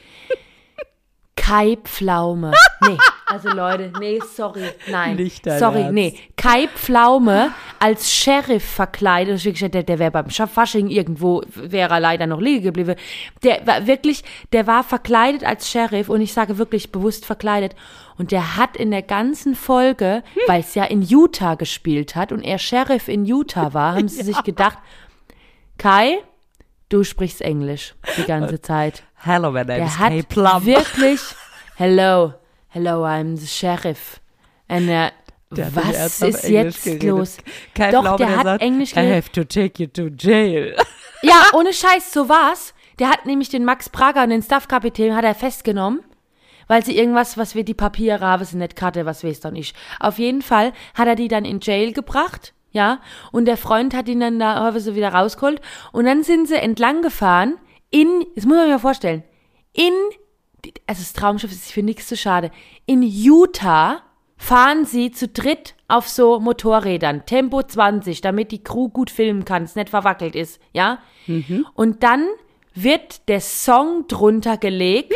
Speaker 2: Kai Pflaume. Nee, also Leute, nee, sorry, nein.
Speaker 3: Nicht dein
Speaker 2: sorry,
Speaker 3: Ernst.
Speaker 2: nee. Kai Pflaume als Sheriff verkleidet. Ich hab gesagt, Der, der wäre beim Fasching irgendwo, wäre er leider noch liegen geblieben. Der war wirklich, der war verkleidet als Sheriff und ich sage wirklich bewusst verkleidet. Und der hat in der ganzen Folge,
Speaker 3: Hm.
Speaker 2: weil es ja in Utah gespielt hat und er Sheriff in Utah war, haben sie sich gedacht, Kai, du sprichst Englisch die ganze Zeit.
Speaker 3: Hello, my name
Speaker 2: Der
Speaker 3: is
Speaker 2: hat
Speaker 3: Kay Plum.
Speaker 2: wirklich, hello, hello, I'm the sheriff. Und er,
Speaker 3: Der hat nicht
Speaker 2: was
Speaker 3: ernsthaft
Speaker 2: ist
Speaker 3: Englisch
Speaker 2: jetzt
Speaker 3: geredet.
Speaker 2: los?
Speaker 3: Kein
Speaker 2: Doch,
Speaker 3: Pflaume,
Speaker 2: der hat
Speaker 3: sagt,
Speaker 2: Englisch
Speaker 3: I
Speaker 2: geredet.
Speaker 3: have to take you to jail.
Speaker 2: Ja, ohne Scheiß, so war's. Der hat nämlich den Max Prager und den Staffkapitän hat er festgenommen, weil sie irgendwas, was wir die Papiere haben, sind nicht Karte, was weiß doch nicht. Auf jeden Fall hat er die dann in Jail gebracht, ja, und der Freund hat ihn dann da haben sie wieder rausgeholt und dann sind sie entlang gefahren in, das muss man sich mal vorstellen, in, also das Traumschiff ist für nichts zu schade, in Utah fahren sie zu dritt auf so Motorrädern, Tempo zwanzig, damit die Crew gut filmen kann, es nicht verwackelt ist, ja, mhm. Und dann wird der Song drunter gelegt,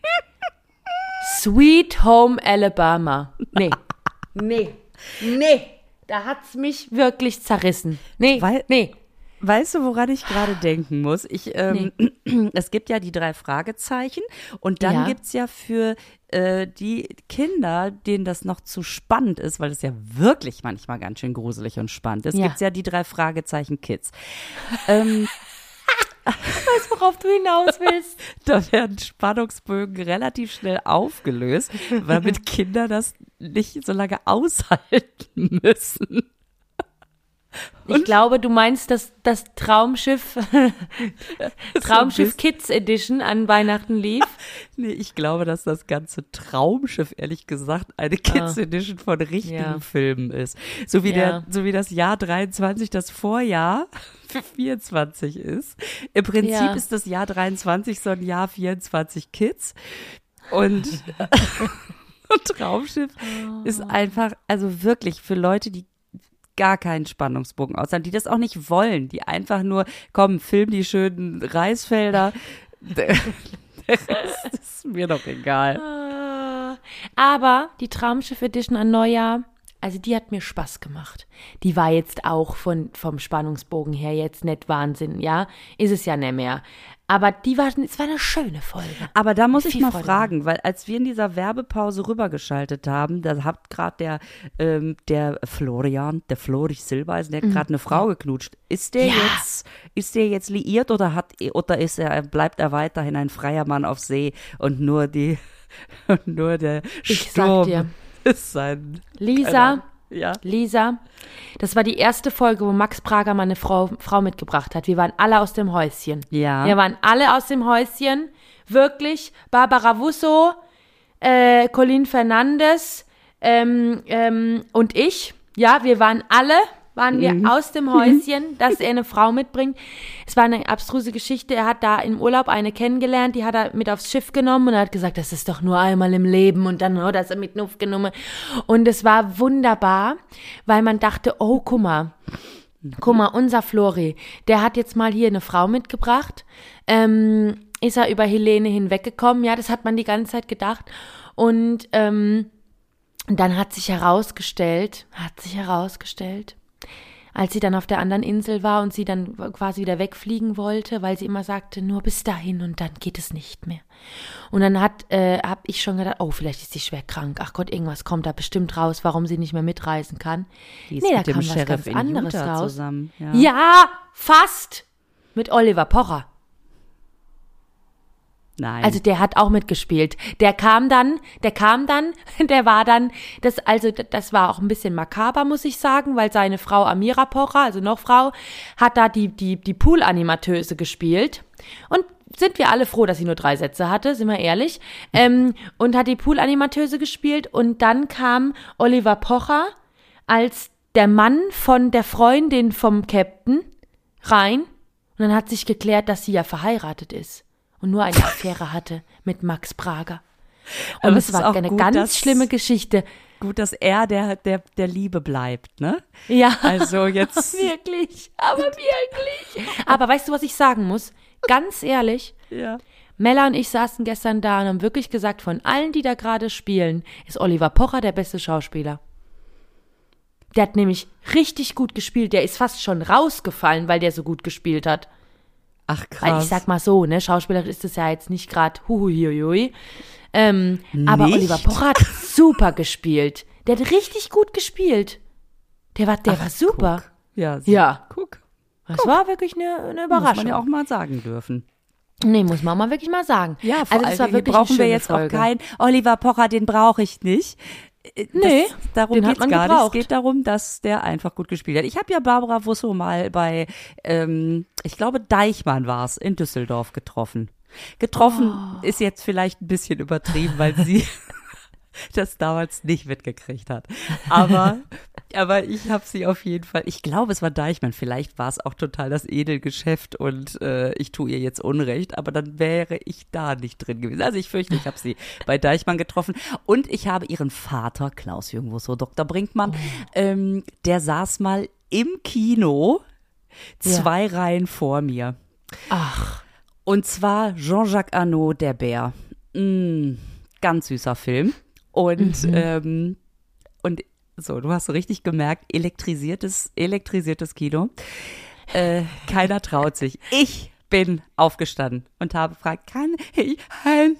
Speaker 2: Sweet Home Alabama. Nee, nee, nee, da hat's mich wirklich zerrissen. Nee,
Speaker 3: Weil-
Speaker 2: nee.
Speaker 3: Weißt du, woran ich gerade denken muss? Ich, ähm, es gibt ja die drei Fragezeichen und dann
Speaker 2: Ja.
Speaker 3: gibt's ja für äh, die Kinder, denen das noch zu spannend ist, weil es ja wirklich manchmal ganz schön gruselig und spannend ist,
Speaker 2: Ja.
Speaker 3: gibt's ja die drei Fragezeichen Kids. ähm,
Speaker 2: Weißt du, worauf du hinaus willst?
Speaker 3: Da werden Spannungsbögen relativ schnell aufgelöst, damit Kinder das nicht so lange aushalten müssen.
Speaker 2: Ich glaube, du meinst das, das Traumschiff, Traumschiff Kids Edition an Weihnachten lief.
Speaker 3: Nee, ich glaube, dass das ganze Traumschiff, ehrlich gesagt, eine Kids Edition von richtigen
Speaker 2: Ja.
Speaker 3: Filmen ist. So wie,
Speaker 2: Ja.
Speaker 3: der, so wie das Jahr dreiundzwanzig das Vorjahr für vierundzwanzig ist. Im Prinzip
Speaker 2: Ja.
Speaker 3: ist das Jahr dreiundzwanzig so ein Jahr vierundzwanzig Kids. Und, und Traumschiff ist einfach, also wirklich für Leute, die gar keinen Spannungsbogen aussagen, die das auch nicht wollen, die einfach nur, komm, film die schönen Reisfelder. Der, der Rest ist mir doch egal.
Speaker 2: Aber die Traumschiff Edition an Neujahr, also die hat mir Spaß gemacht. Die war jetzt auch von, vom Spannungsbogen her jetzt nicht Wahnsinn, ja? Ist es ja nicht mehr. Aber die war, es war eine schöne Folge.
Speaker 3: Aber da muss
Speaker 2: Mit
Speaker 3: ich
Speaker 2: viel
Speaker 3: mal
Speaker 2: Freude.
Speaker 3: fragen, weil als wir in dieser Werbepause rübergeschaltet haben, da hat gerade der, ähm, der Florian, der Florich Silbereisen, der hat gerade eine Frau geknutscht. Ist der
Speaker 2: Mhm. Ja.
Speaker 3: jetzt, ist der jetzt liiert oder hat, oder ist er, bleibt er weiterhin ein freier Mann auf See und nur die, und nur der
Speaker 2: Ich sag
Speaker 3: Sturm
Speaker 2: dir.
Speaker 3: ist sein.
Speaker 2: Lisa,
Speaker 3: Ja.
Speaker 2: Lisa, das war die erste Folge, wo Max Prager mal eine Frau, Frau mitgebracht hat. Wir waren alle aus dem Häuschen.
Speaker 3: Ja.
Speaker 2: Wir waren alle aus dem Häuschen. Wirklich. Barbara Wusso, äh, Colin Fernandes ähm, ähm, und ich. Ja, wir waren alle, waren wir
Speaker 3: Mhm.
Speaker 2: aus dem Häuschen, dass er eine Frau mitbringt. Es war eine abstruse Geschichte. Er hat da im Urlaub eine kennengelernt, die hat er mit aufs Schiff genommen und er hat gesagt, das ist doch nur einmal im Leben und dann hat er sie mit aufgenommen. Und es war wunderbar, weil man dachte, oh, guck mal, guck mal, unser Flori, der hat jetzt mal hier eine Frau mitgebracht. Ähm, ist er über Helene hinweggekommen? Ja, das hat man die ganze Zeit gedacht. Und ähm, dann hat sich herausgestellt, hat sich herausgestellt, als sie dann auf der anderen Insel war und sie dann quasi wieder wegfliegen wollte, weil sie immer sagte, nur bis dahin und dann geht es nicht mehr. Und dann hat, äh, habe ich schon gedacht, oh, vielleicht ist sie schwer krank. Ach Gott, irgendwas kommt da bestimmt raus, warum sie nicht mehr mitreisen kann.
Speaker 3: Die ist
Speaker 2: Nee, da
Speaker 3: mit dem
Speaker 2: kam was
Speaker 3: Sheriff
Speaker 2: ganz
Speaker 3: in
Speaker 2: anderes
Speaker 3: Utah
Speaker 2: raus.
Speaker 3: zusammen. Ja.
Speaker 2: Ja, fast. Mit Oliver Pocher.
Speaker 3: Nein.
Speaker 2: Also der hat auch mitgespielt. Der kam dann, der kam dann, der war dann, das also das war auch ein bisschen makaber, muss ich sagen, weil seine Frau Amira Pocher, also noch Frau, hat da die die die Pool-Animateuse gespielt und sind wir alle froh, dass sie nur drei Sätze hatte, sind wir ehrlich, ähm, und hat die Pool-Animateuse gespielt und dann kam Oliver Pocher als der Mann von der Freundin vom Captain rein Und dann hat sich geklärt, dass sie ja verheiratet ist und nur eine Affäre hatte mit Max Prager. Und
Speaker 3: Aber
Speaker 2: es
Speaker 3: es
Speaker 2: war
Speaker 3: ist auch
Speaker 2: eine
Speaker 3: gut,
Speaker 2: ganz
Speaker 3: dass-
Speaker 2: schlimme Geschichte.
Speaker 3: Gut, dass er der, der, der Liebe bleibt, ne?
Speaker 2: Ja,
Speaker 3: Also jetzt.
Speaker 2: wirklich, aber wirklich. Aber weißt du, was ich sagen muss? Ganz ehrlich,
Speaker 3: Ja.
Speaker 2: Mella und ich saßen gestern da und haben wirklich gesagt, von allen, die da gerade spielen, ist Oliver Pocher der beste Schauspieler. Der hat nämlich richtig gut gespielt. Der ist fast schon rausgefallen, weil der so gut gespielt hat.
Speaker 3: Ach
Speaker 2: Weil
Speaker 3: krass.
Speaker 2: ich sag mal so, ne, Schauspieler ist es ja jetzt nicht gerade huhuiui. Ähm, aber
Speaker 3: Nicht?
Speaker 2: Oliver Pocher hat super gespielt. Der hat richtig gut gespielt. Der war, der war super.
Speaker 3: Guck. Ja, so,
Speaker 2: Ja.
Speaker 3: guck.
Speaker 2: Das war wirklich eine, eine
Speaker 3: Muss
Speaker 2: Überraschung.
Speaker 3: man ja auch mal sagen dürfen.
Speaker 2: Nee, muss man mal wirklich mal sagen.
Speaker 3: Ja, vor
Speaker 2: also,
Speaker 3: allem
Speaker 2: das war wirklich
Speaker 3: brauchen
Speaker 2: eine
Speaker 3: wir
Speaker 2: schöne
Speaker 3: jetzt
Speaker 2: Folge.
Speaker 3: auch keinen Oliver Pocher, den brauche ich nicht. Äh,
Speaker 2: Nee,
Speaker 3: das, darum
Speaker 2: den hat
Speaker 3: geht's
Speaker 2: man
Speaker 3: gar nicht. Es
Speaker 2: gebraucht.
Speaker 3: geht darum, dass der einfach gut gespielt hat. Ich habe ja Barbara Wusso mal bei, ähm, ich glaube Deichmann war es, in Düsseldorf getroffen. Getroffen
Speaker 2: Oh.
Speaker 3: ist jetzt vielleicht ein bisschen übertrieben, weil sie das damals nicht mitgekriegt hat. Aber, aber ich habe sie auf jeden Fall, ich glaube, es war Deichmann, vielleicht war es auch total das Edelgeschäft und äh, ich tue ihr jetzt Unrecht, aber dann wäre ich da nicht drin gewesen. Also ich fürchte, ich habe sie bei Deichmann getroffen und ich habe ihren Vater, Klaus-Jürgen Wusso, Doktor Brinkmann,
Speaker 2: Oh.
Speaker 3: ähm, der saß mal im Kino zwei Reihen vor mir.
Speaker 2: Ach,
Speaker 3: Und zwar Jean-Jacques Arnaud, der Bär. Mm, ganz süßer Film. Und,
Speaker 2: Mhm.
Speaker 3: ähm, und so, du hast so richtig gemerkt, elektrisiertes, elektrisiertes Kino. Äh, keiner traut sich. Ich bin aufgestanden und habe gefragt, kann ich ein...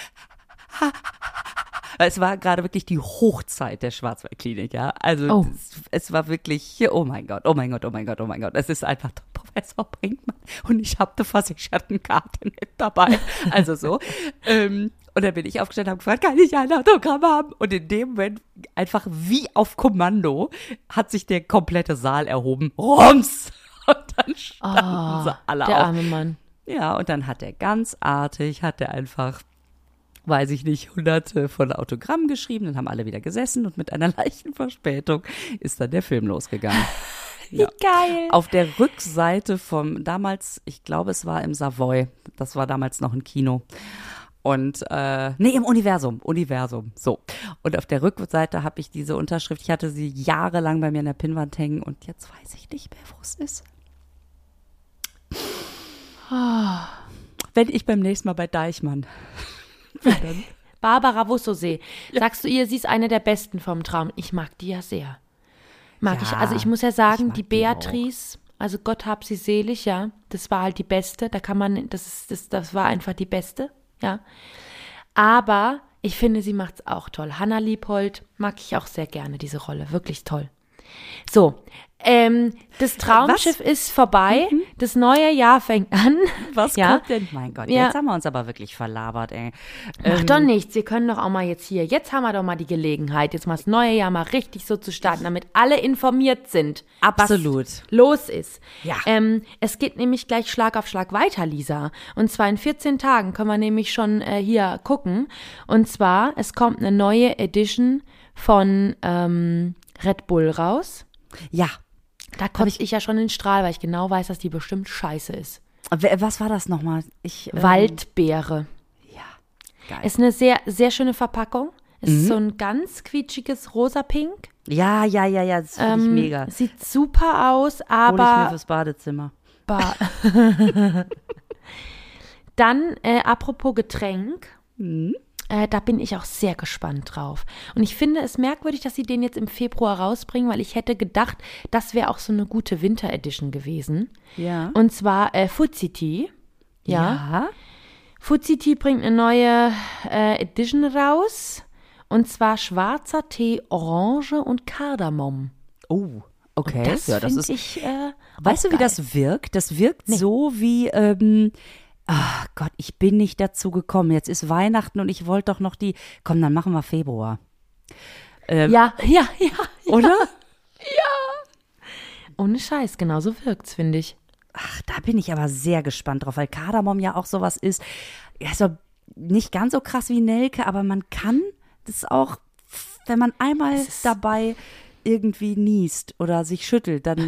Speaker 3: Es war gerade wirklich die Hochzeit der Schwarzwaldklinik, ja. Also
Speaker 2: Oh.
Speaker 3: es, es war wirklich, oh mein Gott, oh mein Gott, oh mein Gott, oh mein Gott. Es ist einfach der Professor Brinkmann und ich habe eine Versichertenkarte mit dabei. Also so. ähm, und dann bin ich aufgestanden und habe gefragt, kann ich ein Autogramm haben? Und in dem Moment, einfach wie auf Kommando, hat sich der komplette Saal erhoben. Rums! Und dann standen sie alle
Speaker 2: Ah, der
Speaker 3: auf.
Speaker 2: arme Mann.
Speaker 3: Ja, und dann hat er ganz artig, hat er einfach, weiß ich nicht, hunderte von Autogrammen geschrieben, dann haben alle wieder gesessen und mit einer leichten Verspätung ist dann der Film losgegangen.
Speaker 2: Wie geil.
Speaker 3: Auf der Rückseite vom, damals, ich glaube, es war im Savoy, das war damals noch ein Kino. Und, äh, nee, im Universum, Universum, so. Und auf der Rückseite habe ich diese Unterschrift, ich hatte sie jahrelang bei mir in der Pinnwand hängen und jetzt weiß ich nicht mehr, wo es ist. Wenn ich beim nächsten Mal bei Deichmann. Dann.
Speaker 2: Barbara Wussosee. Sagst du ihr, sie ist eine der besten vom Traum? Ich mag die ja sehr. Mag
Speaker 3: Ja,
Speaker 2: ich. Also ich muss ja
Speaker 3: ich
Speaker 2: sagen,
Speaker 3: mag
Speaker 2: die
Speaker 3: die
Speaker 2: Beatrice, also Gott hab sie selig, ja, das war halt die Beste. Da kann man, das ist, das, das war einfach die Beste, ja. Aber ich finde, sie macht's auch toll. Hanna Liebhold mag ich auch sehr gerne, diese Rolle. Wirklich toll. So, ähm, das Traumschiff ist vorbei. Das neue Jahr fängt an.
Speaker 3: Was
Speaker 2: ja.
Speaker 3: kommt denn? Mein Gott,
Speaker 2: Ja.
Speaker 3: jetzt haben wir uns aber wirklich verlabert, ey.
Speaker 2: Macht
Speaker 3: Ähm,
Speaker 2: doch nichts. Wir können doch auch mal jetzt hier. Jetzt haben wir doch mal die Gelegenheit, jetzt mal das neue Jahr mal richtig so zu starten, damit alle informiert sind,
Speaker 3: Absolut.
Speaker 2: was los ist.
Speaker 3: Ja.
Speaker 2: Ähm, es geht nämlich gleich Schlag auf Schlag weiter, Lisa. Und zwar in vierzehn Tagen können wir nämlich schon äh, hier gucken. Und zwar, es kommt eine neue Edition von ähm, Red Bull raus.
Speaker 3: Ja.
Speaker 2: Da kotze ich ja schon in den Strahl, weil ich genau weiß, dass die bestimmt scheiße ist.
Speaker 3: W- Was war das nochmal? Ich, ähm,
Speaker 2: Waldbeere.
Speaker 3: Ja. Geil.
Speaker 2: Ist eine sehr, sehr schöne Verpackung. Es
Speaker 3: Mhm.
Speaker 2: ist so ein ganz quietschiges rosa-pink.
Speaker 3: Ja, ja, ja, ja, das finde
Speaker 2: Ähm,
Speaker 3: ich mega.
Speaker 2: Sieht super aus,
Speaker 3: Hol ich mir
Speaker 2: aber
Speaker 3: fürs Badezimmer.
Speaker 2: ba- dann, äh, apropos Getränk,
Speaker 3: Mhm.
Speaker 2: äh, da bin ich auch sehr gespannt drauf. Und ich finde es merkwürdig, dass sie den jetzt im Februar rausbringen, weil ich hätte gedacht, das wäre auch so eine gute Winter-Edition gewesen.
Speaker 3: Ja.
Speaker 2: Und zwar äh, Fuziti. Ja.
Speaker 3: Ja.
Speaker 2: Fuziti bringt eine neue äh, Edition raus. Und zwar schwarzer Tee, Orange und Kardamom.
Speaker 3: Oh, okay.
Speaker 2: Das
Speaker 3: ja, das
Speaker 2: finde
Speaker 3: ist,
Speaker 2: ich äh,
Speaker 3: weißt
Speaker 2: auch
Speaker 3: du, wie
Speaker 2: geil.
Speaker 3: das wirkt? Das wirkt so wie, ähm, ach Gott, ich bin nicht dazu gekommen. Jetzt ist Weihnachten und ich wollte doch noch die, komm, dann machen wir Februar. Ähm,
Speaker 2: Ja, ja, ja.
Speaker 3: Oder?
Speaker 2: Ohne Scheiß, genau so wirkt's, finde ich.
Speaker 3: Ach, da bin ich aber sehr gespannt drauf, weil Kardamom ja auch sowas ist. Also nicht ganz so krass wie Nelke, aber man kann das auch, wenn man einmal
Speaker 2: Es ist-
Speaker 3: dabei irgendwie niest oder sich schüttelt, dann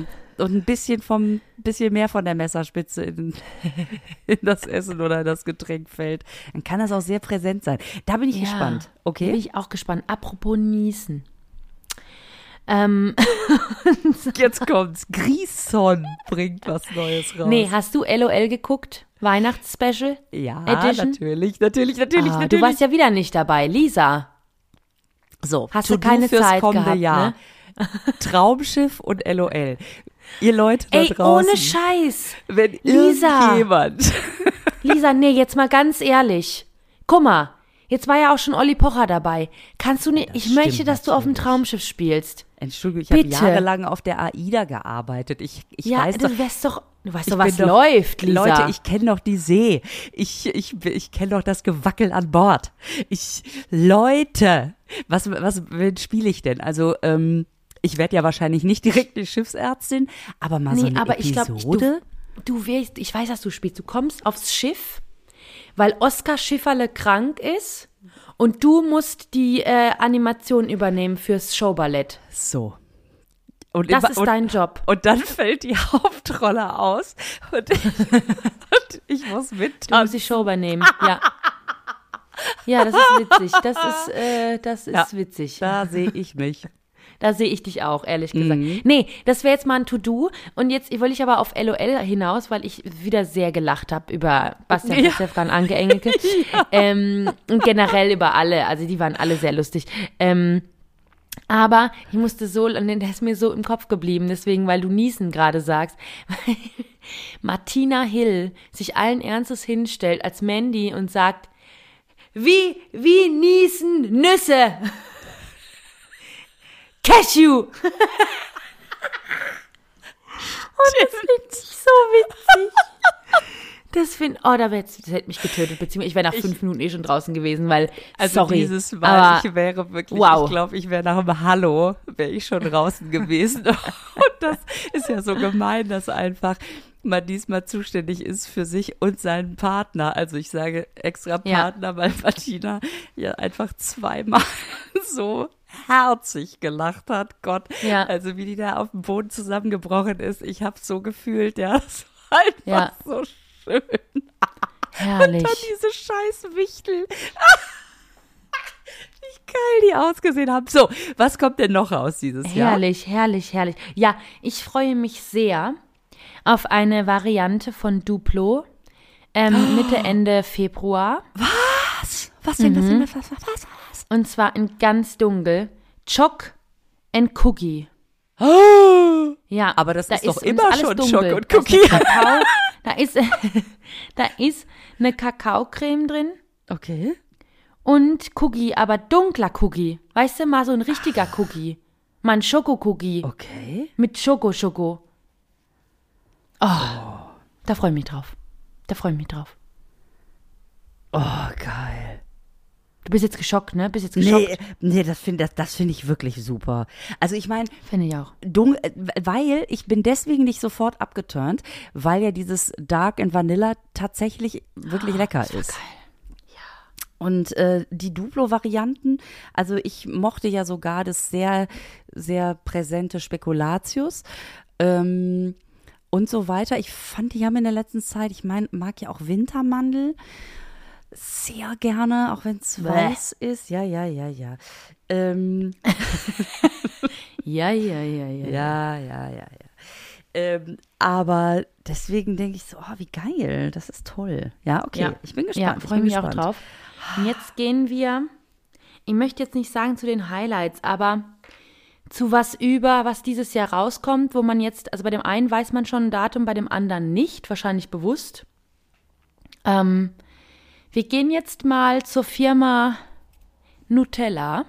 Speaker 3: und ein bisschen vom, bisschen mehr von der Messerspitze in, in das Essen oder das Getränk fällt, dann kann das auch sehr präsent sein. Da bin ich
Speaker 2: Ja,
Speaker 3: gespannt. Okay.
Speaker 2: Bin ich auch gespannt. Apropos Niesen. Ähm,
Speaker 3: Jetzt kommt's. Grison bringt was Neues raus.
Speaker 2: nee, hast du L O L geguckt? Weihnachtsspecial?
Speaker 3: ja,
Speaker 2: Edition?
Speaker 3: natürlich, natürlich, natürlich,
Speaker 2: Ah,
Speaker 3: natürlich.
Speaker 2: du warst ja wieder nicht dabei. Lisa,
Speaker 3: so,
Speaker 2: hast du
Speaker 3: To-Do
Speaker 2: keine
Speaker 3: fürs
Speaker 2: Zeit
Speaker 3: kommende
Speaker 2: gehabt,
Speaker 3: Jahr.
Speaker 2: ne?
Speaker 3: Traumschiff und L O L. Ihr Leute da
Speaker 2: Ey,
Speaker 3: draußen,
Speaker 2: ohne Scheiß.
Speaker 3: wenn
Speaker 2: Lisa.
Speaker 3: irgendjemand
Speaker 2: Lisa, nee, jetzt mal ganz ehrlich. Guck mal, jetzt war ja auch schon Olli Pocher dabei. Kannst du nicht,
Speaker 3: Das
Speaker 2: ich
Speaker 3: stimmt
Speaker 2: möchte, dass du auf dem
Speaker 3: natürlich.
Speaker 2: Traumschiff spielst.
Speaker 3: Entschuldigung, ich habe
Speaker 2: Bitte.
Speaker 3: jahrelang auf der AIDA gearbeitet. Ich, ich
Speaker 2: ja,
Speaker 3: weiß
Speaker 2: du
Speaker 3: doch,
Speaker 2: weißt doch, du weißt
Speaker 3: ich
Speaker 2: doch, was
Speaker 3: bin doch-
Speaker 2: läuft, Lisa.
Speaker 3: Leute, ich kenne doch die See. Ich, ich, ich kenne doch das Gewackel an Bord. Ich, Leute, was, was spiele ich denn? Also, ähm, ich werde ja wahrscheinlich nicht direkt die Schiffsärztin, aber mal so
Speaker 2: Nee,
Speaker 3: eine
Speaker 2: aber ich glaube,
Speaker 3: Episode.
Speaker 2: du, du wirst, ich weiß, was du spielst. Du kommst aufs Schiff, weil Oskar Schifferle krank ist und du musst die äh, Animation übernehmen fürs Showballett.
Speaker 3: so. Und
Speaker 2: Das
Speaker 3: immer-
Speaker 2: ist
Speaker 3: und,
Speaker 2: dein Job.
Speaker 3: Und dann fällt die Hauptrolle aus und ich, und ich muss
Speaker 2: Du
Speaker 3: mittanzen.
Speaker 2: musst die Show übernehmen, ja. Ja, das ist witzig. Das ist, äh, das ist
Speaker 3: Ja.
Speaker 2: witzig.
Speaker 3: Da sehe ich mich.
Speaker 2: Da sehe ich dich auch, ehrlich gesagt.
Speaker 3: Mhm.
Speaker 2: Nee, das wäre jetzt mal ein To-Do. Und jetzt will ich aber auf L O L hinaus, weil ich wieder sehr gelacht habe über Bastian
Speaker 3: Ja.
Speaker 2: Pastewka und Anke Engelke. ähm, und generell über alle. Also die waren alle sehr lustig. Ähm, aber ich musste so, und der ist mir so im Kopf geblieben, deswegen, weil du Niesen gerade sagst, weil Martina Hill sich allen Ernstes hinstellt als Mandy und sagt, wie, wie niesen Nüsse. Cashew. Und das finde ich so witzig. Das finde, oh, da wär, das hätte mich getötet, beziehungsweise ich wäre nach fünf Minuten eh schon draußen gewesen, weil,
Speaker 3: Also
Speaker 2: sorry,
Speaker 3: dieses Mal,
Speaker 2: aber
Speaker 3: ich wäre wirklich,
Speaker 2: wow.
Speaker 3: ich glaube, ich wäre nach dem Hallo, wäre ich schon draußen gewesen. Und das ist ja so gemein, dass einfach man diesmal zuständig ist für sich und seinen Partner. Also ich sage extra
Speaker 2: Ja.
Speaker 3: Partner, weil Martina ja einfach zweimal so herzig gelacht hat. Gott,
Speaker 2: Ja.
Speaker 3: also wie die da auf dem Boden zusammengebrochen ist. Ich habe so gefühlt, ja, das war einfach
Speaker 2: Ja.
Speaker 3: so schön.
Speaker 2: herrlich.
Speaker 3: Dann diese scheiß Wichtel. Wie geil die ausgesehen haben. So, was kommt denn noch raus dieses Jahr?
Speaker 2: Herrlich, herrlich, herrlich. Ja, ich freue mich sehr auf eine Variante von Duplo ähm, Mitte, Ende Februar.
Speaker 3: Was? Was denn? Was denn? Was, was, was, was?
Speaker 2: Und zwar in ganz dunkel. Choc and Cookie.
Speaker 3: Oh,
Speaker 2: Ja,
Speaker 3: aber das
Speaker 2: da
Speaker 3: ist doch
Speaker 2: und
Speaker 3: immer
Speaker 2: alles
Speaker 3: schon
Speaker 2: dunkel.
Speaker 3: Choc und
Speaker 2: Da ist
Speaker 3: Cookie.
Speaker 2: eine Kakao, da ist, da ist eine Kakaocreme drin
Speaker 3: okay.
Speaker 2: und Cookie, aber dunkler Cookie. Weißt du, mal so ein richtiger Cookie. Mal ein Schoko-Cookie
Speaker 3: Okay.
Speaker 2: mit Schoko-Schoko. Oh, da freue ich mich drauf. Da freue ich mich drauf.
Speaker 3: Oh, geil.
Speaker 2: Du bist jetzt geschockt, ne? Bist jetzt geschockt?
Speaker 3: Nee, nee, das finde das, das find ich wirklich super. Also ich meine,
Speaker 2: Finde ich auch.
Speaker 3: Dun äh, weil ich bin deswegen nicht sofort abgeturnt, weil ja dieses Dark and Vanilla tatsächlich wirklich lecker
Speaker 2: das war
Speaker 3: ist.
Speaker 2: geil.
Speaker 3: Und äh, die Duplo-Varianten, also ich mochte ja sogar das sehr, sehr präsente Spekulatius ähm, und so weiter. Ich fand, die haben in der letzten Zeit, ich meine, mag ja auch Wintermandel sehr gerne, auch wenn es
Speaker 2: Bäh.
Speaker 3: weiß ist. Ja, ja, ja, ja. Ähm,
Speaker 2: Ja, ja, ja, ja.
Speaker 3: ja, ja, ja, ja. Ähm, aber deswegen denke ich so, oh, wie geil, das ist toll. Ja, okay,
Speaker 2: Ja.
Speaker 3: ich bin
Speaker 2: Ja,
Speaker 3: gespannt.
Speaker 2: freue
Speaker 3: ich bin
Speaker 2: mich auch
Speaker 3: gespannt.
Speaker 2: drauf. Und jetzt gehen wir, ich möchte jetzt nicht sagen zu den Highlights, aber zu was über, was dieses Jahr rauskommt, wo man jetzt, also bei dem einen weiß man schon ein Datum, bei dem anderen nicht, wahrscheinlich bewusst. Ähm, wir gehen jetzt mal zur Firma Nutella.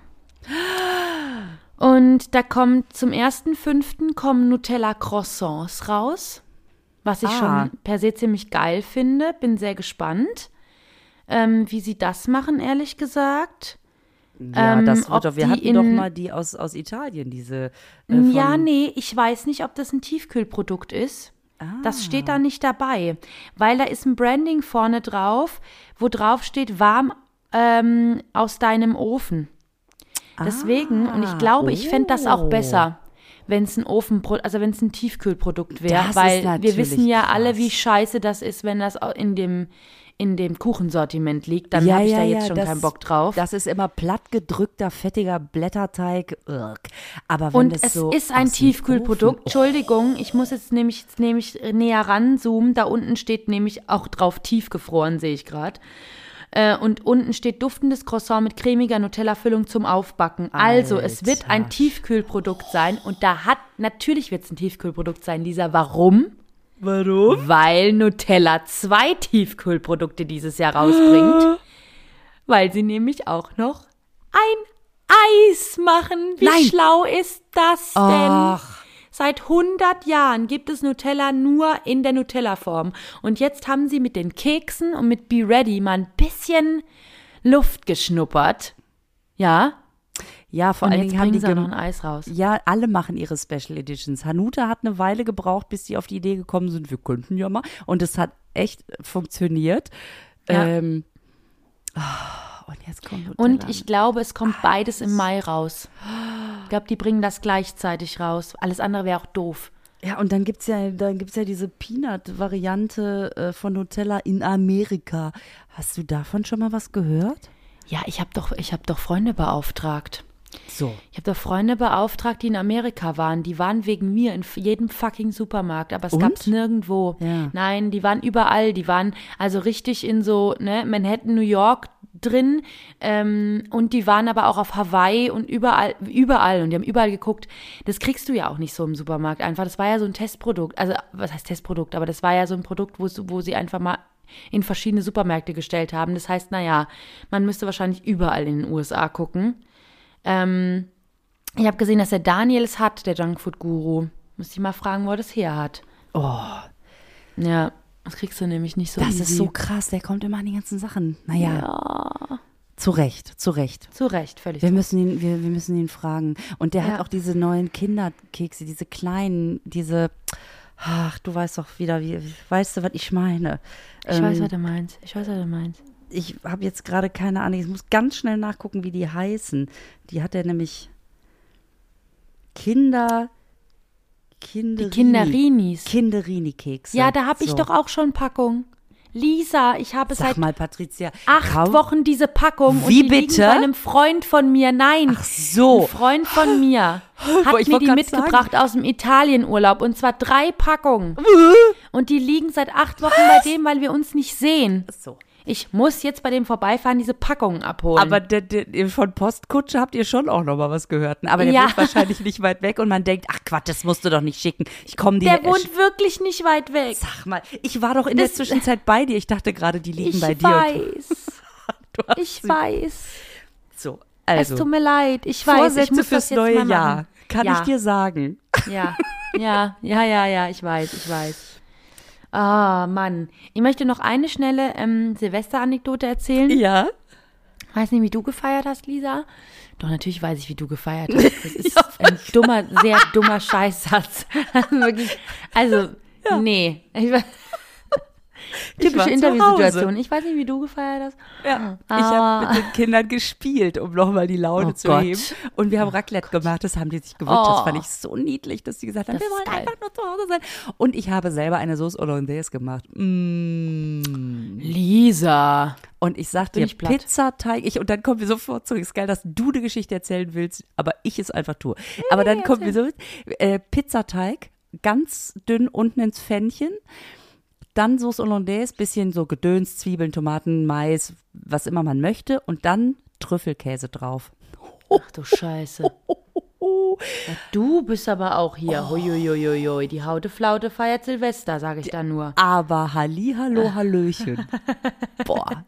Speaker 2: Und da kommt zum ersten fünften kommen Nutella Croissants raus, was ich
Speaker 3: Ah.
Speaker 2: schon per se ziemlich geil finde. Bin sehr gespannt, ähm, wie sie das machen, ehrlich gesagt.
Speaker 3: Ja,
Speaker 2: Ähm,
Speaker 3: das
Speaker 2: ob
Speaker 3: wird doch, wir
Speaker 2: die
Speaker 3: hatten doch
Speaker 2: in-
Speaker 3: mal die aus, aus Italien, diese. Äh, von,
Speaker 2: Ja, nee, ich weiß nicht, ob das ein Tiefkühlprodukt ist. Das steht da nicht dabei, weil da ist ein Branding vorne drauf, wo drauf steht, warm ähm, aus deinem Ofen. Deswegen, und ich glaube, ich fände das auch
Speaker 3: oh.
Speaker 2: besser, wenn es ein Ofen, also wenn es ein Tiefkühlprodukt wäre,
Speaker 3: Das
Speaker 2: weil
Speaker 3: ist
Speaker 2: wir
Speaker 3: natürlich
Speaker 2: wissen ja
Speaker 3: krass.
Speaker 2: alle, wie scheiße das ist, wenn das in dem in dem Kuchensortiment liegt, dann
Speaker 3: Ja,
Speaker 2: habe ich
Speaker 3: ja,
Speaker 2: da jetzt
Speaker 3: ja,
Speaker 2: schon
Speaker 3: das-
Speaker 2: keinen Bock drauf.
Speaker 3: Das ist immer plattgedrückter, fettiger Blätterteig. Ugh. Aber wenn
Speaker 2: Und
Speaker 3: das
Speaker 2: es
Speaker 3: so
Speaker 2: ist ein
Speaker 3: aus dem
Speaker 2: Tiefkühlprodukt.
Speaker 3: Ofen-
Speaker 2: Entschuldigung, ich muss jetzt nämlich, jetzt nämlich näher ranzoomen. Da unten steht nämlich auch drauf tiefgefroren, sehe ich gerade. Äh, und unten steht duftendes Croissant mit cremiger Nutella-Füllung zum Aufbacken. Also, es wird ein
Speaker 3: Alter.
Speaker 2: Tiefkühlprodukt sein. Und da hat, natürlich wird es ein Tiefkühlprodukt sein, Lisa. Warum?
Speaker 3: Warum?
Speaker 2: Weil Nutella zwei Tiefkühlprodukte dieses Jahr rausbringt. Weil sie nämlich auch noch ein Eis machen. Wie
Speaker 3: Nein.
Speaker 2: schlau ist das denn?
Speaker 3: Ach.
Speaker 2: Seit hundert Jahren gibt es Nutella nur in der Nutella-Form. Und jetzt haben sie mit den Keksen und mit Be Ready mal ein bisschen Luft geschnuppert. Ja,
Speaker 3: Ja, vor
Speaker 2: und
Speaker 3: allen
Speaker 2: jetzt
Speaker 3: Dingen haben
Speaker 2: bringen
Speaker 3: die
Speaker 2: sie auch noch
Speaker 3: gem-
Speaker 2: ein Eis raus.
Speaker 3: Ja, alle machen ihre Special Editions. Hanuta hat eine Weile gebraucht, bis die auf die Idee gekommen sind, wir könnten ja mal. Und es hat echt funktioniert.
Speaker 2: Ja.
Speaker 3: Ähm, ah, und jetzt kommt Nutella.
Speaker 2: Und ich glaube, es kommt beides im Mai raus. Ich glaube, die bringen das gleichzeitig raus. Alles andere wäre auch doof.
Speaker 3: Ja, und dann gibt's ja, dann gibt's ja diese Peanut-Variante äh, von Nutella in Amerika. Hast du davon schon mal was gehört?
Speaker 2: Ja, ich habe doch, ich hab doch Freunde beauftragt.
Speaker 3: So.
Speaker 2: Ich habe doch Freunde beauftragt, die in Amerika waren. Die waren wegen mir in f- jedem fucking Supermarkt, aber es
Speaker 3: Und?
Speaker 2: gab's nirgendwo.
Speaker 3: Ja.
Speaker 2: Nein, die waren überall. Die waren also richtig in so ne, Manhattan, New York drin ähm, und die waren aber auch auf Hawaii und überall, überall und die haben überall geguckt. Das kriegst du ja auch nicht so im Supermarkt einfach. Das war ja so ein Testprodukt. Also, was heißt Testprodukt? Aber das war ja so ein Produkt, wo, wo sie einfach mal in verschiedene Supermärkte gestellt haben. Das heißt, naja, man müsste wahrscheinlich überall in den U S A gucken. Ähm, ich habe gesehen, dass der Daniel es hat, der Junkfood-Guru. Muss ich mal fragen, wo er das her hat.
Speaker 3: Oh,
Speaker 2: Ja, das kriegst du nämlich nicht so
Speaker 3: das
Speaker 2: easy.
Speaker 3: ist so krass. Der kommt immer an die ganzen Sachen. Naja,
Speaker 2: Ja,
Speaker 3: zu Recht, zu Recht.
Speaker 2: zu Recht, völlig
Speaker 3: Wir
Speaker 2: zu
Speaker 3: müssen ihn, wir, wir müssen ihn fragen. Und der
Speaker 2: Ja.
Speaker 3: hat auch diese neuen Kinderkekse, diese kleinen, diese, ach, du weißt doch wieder, wie, weißt du, was ich meine?
Speaker 2: Ich weiß,
Speaker 3: Ähm,
Speaker 2: was du meinst. Ich weiß, was du meinst.
Speaker 3: ich habe jetzt gerade keine Ahnung. Ich muss ganz schnell nachgucken, wie die heißen. Die hat er nämlich Kinder, Kinderini.
Speaker 2: Die Kinderinis.
Speaker 3: Kinderini-Kekse.
Speaker 2: Ja, da habe ich
Speaker 3: So.
Speaker 2: doch auch schon Packung. Lisa, ich habe
Speaker 3: Sag
Speaker 2: seit
Speaker 3: mal, Patricia.
Speaker 2: acht
Speaker 3: kaum-
Speaker 2: Wochen diese Packung.
Speaker 3: Wie
Speaker 2: und die liegen
Speaker 3: bitte?
Speaker 2: bei einem Freund von mir. Nein,
Speaker 3: Ach so.
Speaker 2: ein Freund von mir hat
Speaker 3: Ich
Speaker 2: mir
Speaker 3: wollt
Speaker 2: die
Speaker 3: grad
Speaker 2: mitgebracht aus dem Italienurlaub. Und zwar drei Packungen. Und die liegen seit acht Wochen bei dem, weil wir uns nicht sehen.
Speaker 3: So.
Speaker 2: Ich muss jetzt bei dem vorbeifahren, diese Packungen abholen.
Speaker 3: Aber der, der, von Postkutsche habt ihr schon auch noch mal was gehört. ne? Aber der
Speaker 2: Ja.
Speaker 3: wohnt wahrscheinlich nicht weit weg und man denkt, ach Quatsch, das musst du doch nicht schicken. Ich komme dir.
Speaker 2: der wohnt wirklich nicht weit weg.
Speaker 3: Sag mal, ich war doch in der
Speaker 2: Das-
Speaker 3: Zwischenzeit bei dir. Ich dachte gerade, die liegen
Speaker 2: Ich
Speaker 3: bei dir. Und
Speaker 2: weiß.
Speaker 3: du hast
Speaker 2: Ich
Speaker 3: sie-
Speaker 2: weiß.
Speaker 3: So,
Speaker 2: Es
Speaker 3: also
Speaker 2: tut mir leid. Ich weiß.
Speaker 3: Vorsätze
Speaker 2: ich muss
Speaker 3: fürs
Speaker 2: das jetzt
Speaker 3: neue
Speaker 2: mal
Speaker 3: Jahr.
Speaker 2: machen.
Speaker 3: Kann
Speaker 2: ja.
Speaker 3: ich dir sagen.
Speaker 2: Ja, ja, ja, ja, ja, ich weiß, ich weiß. Ah, Mann. Ich möchte noch eine schnelle ähm, Silvester-Anekdote erzählen.
Speaker 3: Ja.
Speaker 2: Weiß nicht, wie du gefeiert hast, Lisa? Doch, natürlich weiß ich, wie du gefeiert hast. Das ist ein dummer, sehr dummer Scheißsatz. Also wirklich, also, nee. Ich weiß,
Speaker 3: Ich war
Speaker 2: typische
Speaker 3: zu
Speaker 2: Interviewsituation. Ich weiß nicht, wie du gefeiert hast.
Speaker 3: Ja, ich
Speaker 2: Ah.
Speaker 3: habe mit den Kindern gespielt, um nochmal die Laune
Speaker 2: Oh
Speaker 3: zu
Speaker 2: Gott.
Speaker 3: heben. Und wir haben Raclette gemacht, das haben die sich gewünscht. Das
Speaker 2: Oh.
Speaker 3: fand ich so niedlich, dass die gesagt haben,
Speaker 2: Das
Speaker 3: wir wollen
Speaker 2: ist geil.
Speaker 3: einfach nur zu Hause sein. Und ich habe selber eine Sauce Hollandaise gemacht. Mm.
Speaker 2: Lisa.
Speaker 3: Und ich sag
Speaker 2: Bin
Speaker 3: dir,
Speaker 2: ich platt.
Speaker 3: Pizzateig, ich, und dann kommen wir sofort zurück. Ist geil, dass du eine Geschichte erzählen willst, aber ich es einfach tue. Aber dann kommen wir so, äh, Pizzateig, ganz dünn unten ins Pfännchen. Dann Sauce Hollandaise, bisschen so Gedöns, Zwiebeln, Tomaten, Mais, was immer man möchte. Und dann Trüffelkäse drauf.
Speaker 2: Ach du Scheiße. Ja, du bist aber auch hier. Huiuiuiui. Die Haute-Flaute feiert Silvester, sage ich da nur.
Speaker 3: Aber Hallihallo, Hallöchen. Boah.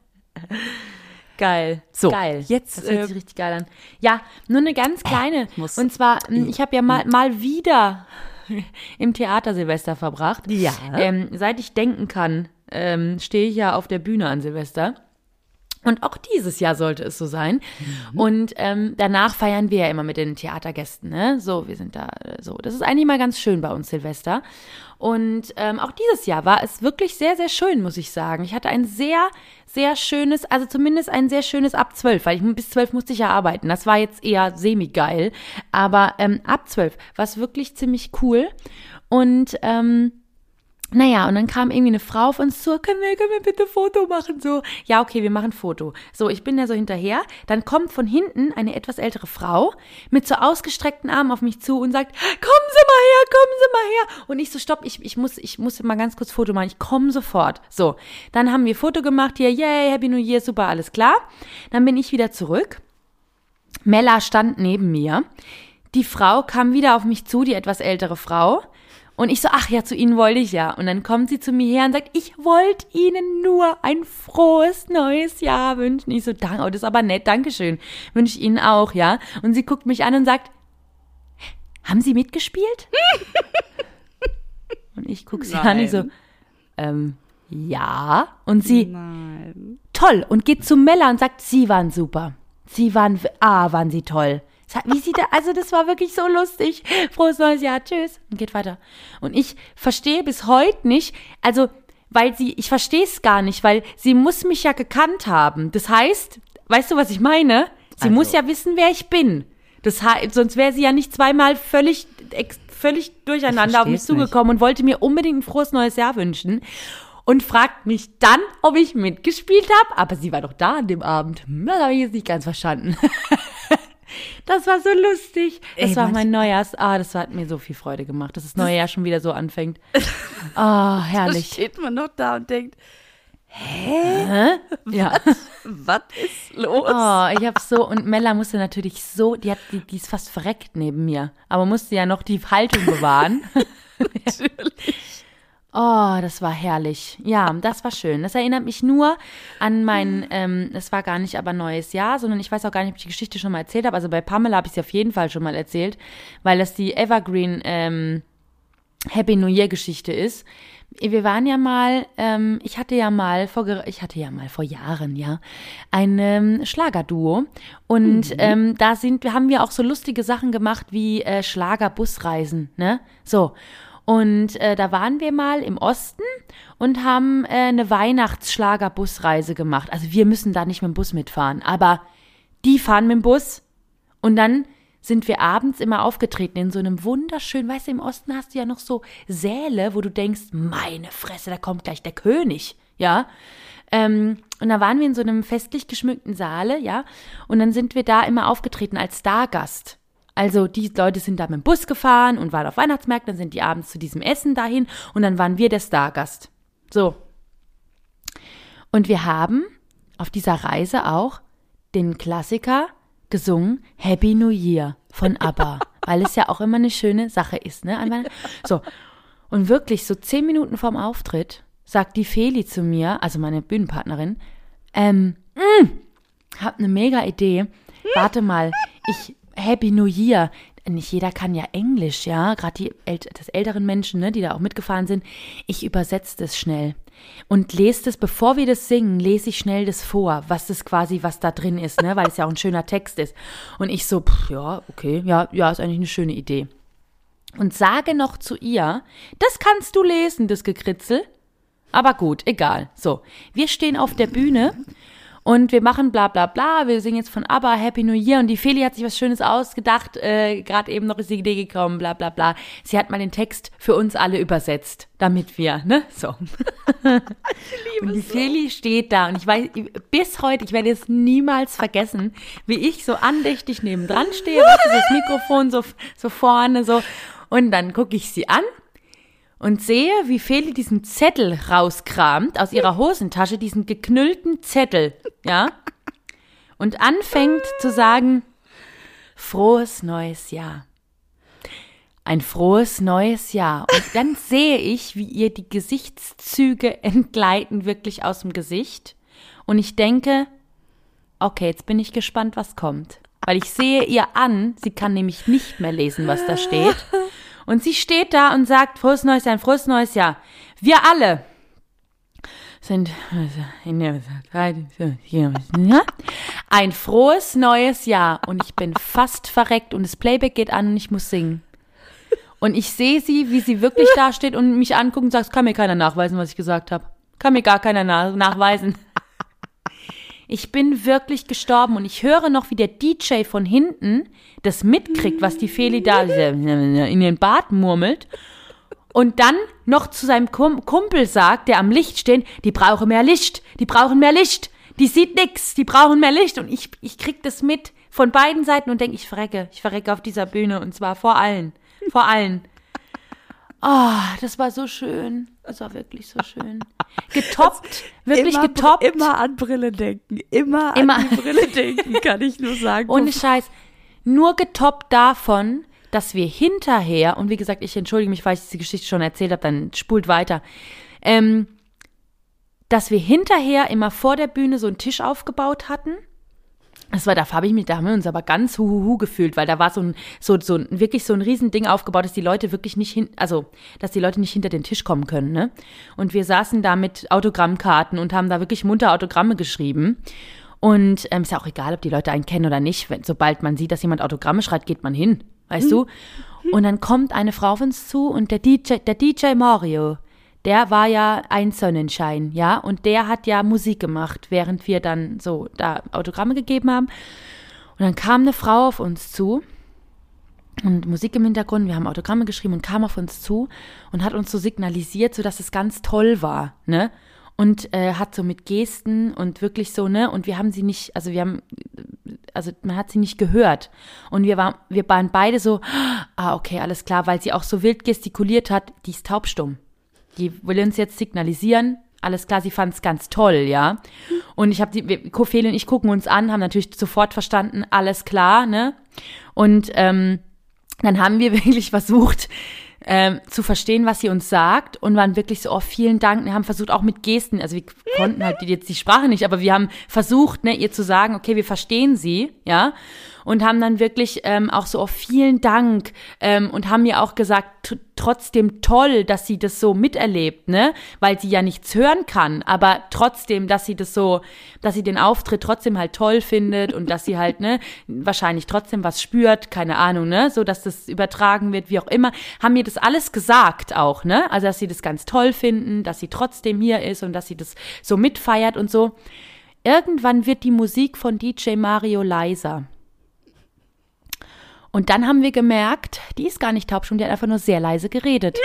Speaker 2: Geil.
Speaker 3: So,
Speaker 2: geil.
Speaker 3: jetzt,
Speaker 2: Das hört
Speaker 3: äh,
Speaker 2: sich richtig geil an. Ja, nur eine ganz kleine.
Speaker 3: muss-
Speaker 2: Und zwar, m, ich habe ja mal, mal wieder im Theater Silvester verbracht.
Speaker 3: Ja.
Speaker 2: Ähm, seit ich denken kann, ähm, stehe ich ja auf der Bühne an Silvester. Und auch dieses Jahr sollte es so sein. Mhm. Und ähm, danach feiern wir ja immer mit den Theatergästen, ne? So, wir sind da äh, so. Das ist eigentlich mal ganz schön bei uns, Silvester. Und ähm, auch dieses Jahr war es wirklich sehr, sehr schön, muss ich sagen. Ich hatte ein sehr, sehr schönes, also zumindest ein sehr schönes ab zwölf, weil ich bis zwölf musste ich ja arbeiten. Das war jetzt eher semi-geil. Aber ähm, ab zwölf war es wirklich ziemlich cool. Und ähm, naja, und dann kam irgendwie eine Frau auf uns zu, können wir, können wir bitte ein Foto machen? So, ja, okay, wir machen ein Foto. So, ich bin da so hinterher, dann kommt von hinten eine etwas ältere Frau mit so ausgestreckten Armen auf mich zu und sagt, kommen Sie mal her, kommen Sie mal her. Und ich so, stopp, ich, ich muss, ich muss mal ganz kurz Foto machen, ich komme sofort. So, dann haben wir Foto gemacht, hier, yay, Happy New Year, super, alles klar. Dann bin ich wieder zurück. Mella stand neben mir. Die Frau kam wieder auf mich zu, die etwas ältere Frau. Und ich so, ach ja, zu Ihnen wollte ich ja. Und dann kommt sie zu mir her und sagt, ich wollte Ihnen nur ein frohes neues Jahr wünschen. Ich so, danke, oh, das ist aber nett, Dankeschön. Wünsche ich Ihnen auch, ja. Und sie guckt mich an und sagt, haben Sie mitgespielt? Und ich gucke sie
Speaker 3: Nein.
Speaker 2: an und so, ähm, ja. Und sie,
Speaker 3: Nein.
Speaker 2: toll. Und geht zu Mella und sagt, Sie waren super. Sie waren, ah, waren Sie toll. Wie sie da, also das war wirklich so lustig. Frohes neues Jahr, tschüss. Und geht weiter. Und ich verstehe bis heute nicht, also, weil sie, ich verstehe es gar nicht, weil sie muss mich ja gekannt haben. Das heißt, weißt du, was ich meine? Sie
Speaker 3: Also.
Speaker 2: muss ja wissen, wer ich bin. Das heißt, sonst wäre sie ja nicht zweimal völlig, ex, völlig durcheinander auf mich zugekommen und wollte mir unbedingt ein frohes neues Jahr wünschen. Und fragt mich dann, ob ich mitgespielt habe. Aber sie war doch da an dem Abend. Das habe ich jetzt nicht ganz verstanden. Das war so lustig. Das
Speaker 3: Ey,
Speaker 2: war mein
Speaker 3: manch-
Speaker 2: Neujahrs. Ah, das hat mir so viel Freude gemacht, dass das neue Jahr schon wieder so anfängt. Ah,
Speaker 3: Da
Speaker 2: herrlich.
Speaker 3: steht man noch da und denkt,
Speaker 2: Hä? Ja.
Speaker 3: was ist los?
Speaker 2: Oh, ich hab so, und Mella musste natürlich so, die hat, die, die ist fast verreckt neben mir, aber musste ja noch die Haltung bewahren.
Speaker 3: Natürlich.
Speaker 2: Oh, das war herrlich. Ja, das war schön. Das erinnert mich nur an mein, ähm, es war gar nicht aber neues Jahr, sondern ich weiß auch gar nicht, ob ich die Geschichte schon mal erzählt habe. Also bei Pamela habe ich sie auf jeden Fall schon mal erzählt, weil das die Evergreen ähm, Happy New Year Geschichte ist. Wir waren ja mal, ähm, ich hatte ja mal vor, ich hatte ja mal vor Jahren, ja, ein ähm, Schlagerduo und mhm. ähm, da sind, haben wir auch so lustige Sachen gemacht wie äh, Schlagerbusreisen, ne, so. Und äh, da waren wir mal im Osten und haben äh, eine Weihnachtsschlagerbusreise gemacht. Also wir müssen da nicht mit dem Bus mitfahren, aber die fahren mit dem Bus und dann sind wir abends immer aufgetreten in so einem wunderschönen, weißt du, im Osten hast du ja noch so Säle, wo du denkst, meine Fresse, da kommt gleich der König, ja. Ähm, und da waren wir in so einem festlich geschmückten Saale, ja, und dann sind wir da immer aufgetreten als Stargast. Also die Leute sind da mit dem Bus gefahren und waren auf Weihnachtsmärkten, dann sind die abends zu diesem Essen dahin und dann waren wir der Stargast. So. Und wir haben auf dieser Reise auch den Klassiker gesungen, Happy New Year von ABBA, weil es ja auch immer eine schöne Sache ist, ne? So. Und wirklich so zehn Minuten vorm Auftritt sagt die Feli zu mir, also meine Bühnenpartnerin, ähm, mh, hab eine mega Idee. Warte mal, ich Happy New Year. Nicht jeder kann ja Englisch, ja, gerade die ält- das älteren Menschen, ne, die da auch mitgefahren sind. Ich übersetze das schnell und lese das, bevor wir das singen, lese ich schnell das vor, was das quasi, was da drin ist, ne, weil es ja auch ein schöner Text ist. Und ich so, pff, ja, okay, ja, ja, ist eigentlich eine schöne Idee. Und sage noch zu ihr, das kannst du lesen, das Gekritzel. Aber gut, egal. So, wir stehen auf der Bühne und wir machen bla bla bla, wir singen jetzt von ABBA, Happy New Year und die Feli hat sich was Schönes ausgedacht, äh, gerade eben noch ist die Idee gekommen, bla bla bla. Sie hat mal den Text für uns alle übersetzt, damit wir, ne, so. Ich liebe und die so. Feli steht da und ich weiß, bis heute, ich werde es niemals vergessen, wie ich so andächtig nebendran stehe, weißt du, das Mikrofon so, so vorne, so, und dann gucke ich sie an und sehe, wie Feli diesen Zettel rauskramt aus ihrer Hosentasche, diesen geknüllten Zettel, ja, und anfängt zu sagen, frohes neues Jahr. Ein frohes neues Jahr. Und dann sehe ich, wie ihr die Gesichtszüge entgleiten, wirklich aus dem Gesicht. Und ich denke, okay, jetzt bin ich gespannt, was kommt. Weil ich sehe ihr an, sie kann nämlich nicht mehr lesen, was da steht. Und sie steht da und sagt, frohes neues Jahr, ein frohes neues Jahr. Wir alle sind ein frohes neues Jahr und ich bin fast verreckt und das Playback geht an und ich muss singen. Und ich sehe sie, wie sie wirklich da steht und mich anguckt und sagt, kann mir keiner nachweisen, was ich gesagt habe. Kann mir gar keiner nach- nachweisen. Ich bin wirklich gestorben und ich höre noch, wie der D J von hinten das mitkriegt, was die Feli da in den Bart murmelt. Und dann noch zu seinem Kumpel sagt, der am Licht steht, die brauchen mehr Licht, die brauchen mehr Licht, die sieht nix, die brauchen mehr Licht. Und ich, ich krieg das mit von beiden Seiten und denke, ich verrecke, ich verrecke auf dieser Bühne und zwar vor allen, vor allen. Oh, das war so schön, das war wirklich so schön. Getoppt, wirklich
Speaker 3: immer,
Speaker 2: getoppt.
Speaker 3: Immer an Brille denken, immer,
Speaker 2: Immer.
Speaker 3: an die Brille denken, kann ich nur sagen.
Speaker 2: Ohne Scheiß, nur getoppt davon, dass wir hinterher, und wie gesagt, ich entschuldige mich, weil ich diese Geschichte schon erzählt habe, dann spult weiter, ähm, dass wir hinterher immer vor der Bühne so einen Tisch aufgebaut hatten. Das war, da habe ich mich, da haben wir uns aber ganz huhuhu gefühlt, weil da war so ein, so, so ein, wirklich so ein Riesending aufgebaut, dass die Leute wirklich nicht hin, also, dass die Leute nicht hinter den Tisch kommen können, ne? Und wir saßen da mit Autogrammkarten und haben da wirklich munter Autogramme geschrieben. Und ähm, ist ja auch egal, ob die Leute einen kennen oder nicht. Wenn, sobald man sieht, dass jemand Autogramme schreibt, geht man hin. Weißt du? Und dann kommt eine Frau auf uns zu und der D J, der D J Mario, der war ja ein Sonnenschein, ja, und der hat ja Musik gemacht, während wir dann so da Autogramme gegeben haben. Und dann kam eine Frau auf uns zu und Musik im Hintergrund, wir haben Autogramme geschrieben und kam auf uns zu und hat uns so signalisiert, so dass es ganz toll war, ne? Und äh, hat so mit Gesten und wirklich so, ne, und wir haben sie nicht, also wir haben, also man hat sie nicht gehört. Und wir waren, wir waren beide so, ah, okay, alles klar, weil sie auch so wild gestikuliert hat, die ist taubstumm. Die will uns jetzt signalisieren, alles klar, sie fand es ganz toll, ja. Und ich habe die, wir, Feli und ich gucken uns an, haben natürlich sofort verstanden, alles klar, ne. Und ähm, dann haben wir wirklich versucht, Ähm, zu verstehen, was sie uns sagt und waren wirklich so, oh, vielen Dank. Wir haben versucht, auch mit Gesten, also wir konnten halt jetzt die Sprache nicht, aber wir haben versucht, ne, ihr zu sagen, okay, wir verstehen sie, ja, und haben dann wirklich ähm, auch so, oh, vielen Dank ähm, und haben ihr auch gesagt, t- trotzdem toll, dass sie das so miterlebt, ne, weil sie ja nichts hören kann, aber trotzdem, dass sie das so, dass sie den Auftritt trotzdem halt toll findet und dass sie halt, ne, wahrscheinlich trotzdem was spürt, keine Ahnung, ne, so, dass das übertragen wird, wie auch immer, haben mir das alles gesagt auch, ne, also, dass sie das ganz toll finden, dass sie trotzdem hier ist und dass sie das so mitfeiert und so. Irgendwann wird die Musik von D J Mario leiser. Und dann haben wir gemerkt, die ist gar nicht taubstumm, die hat einfach nur sehr leise geredet.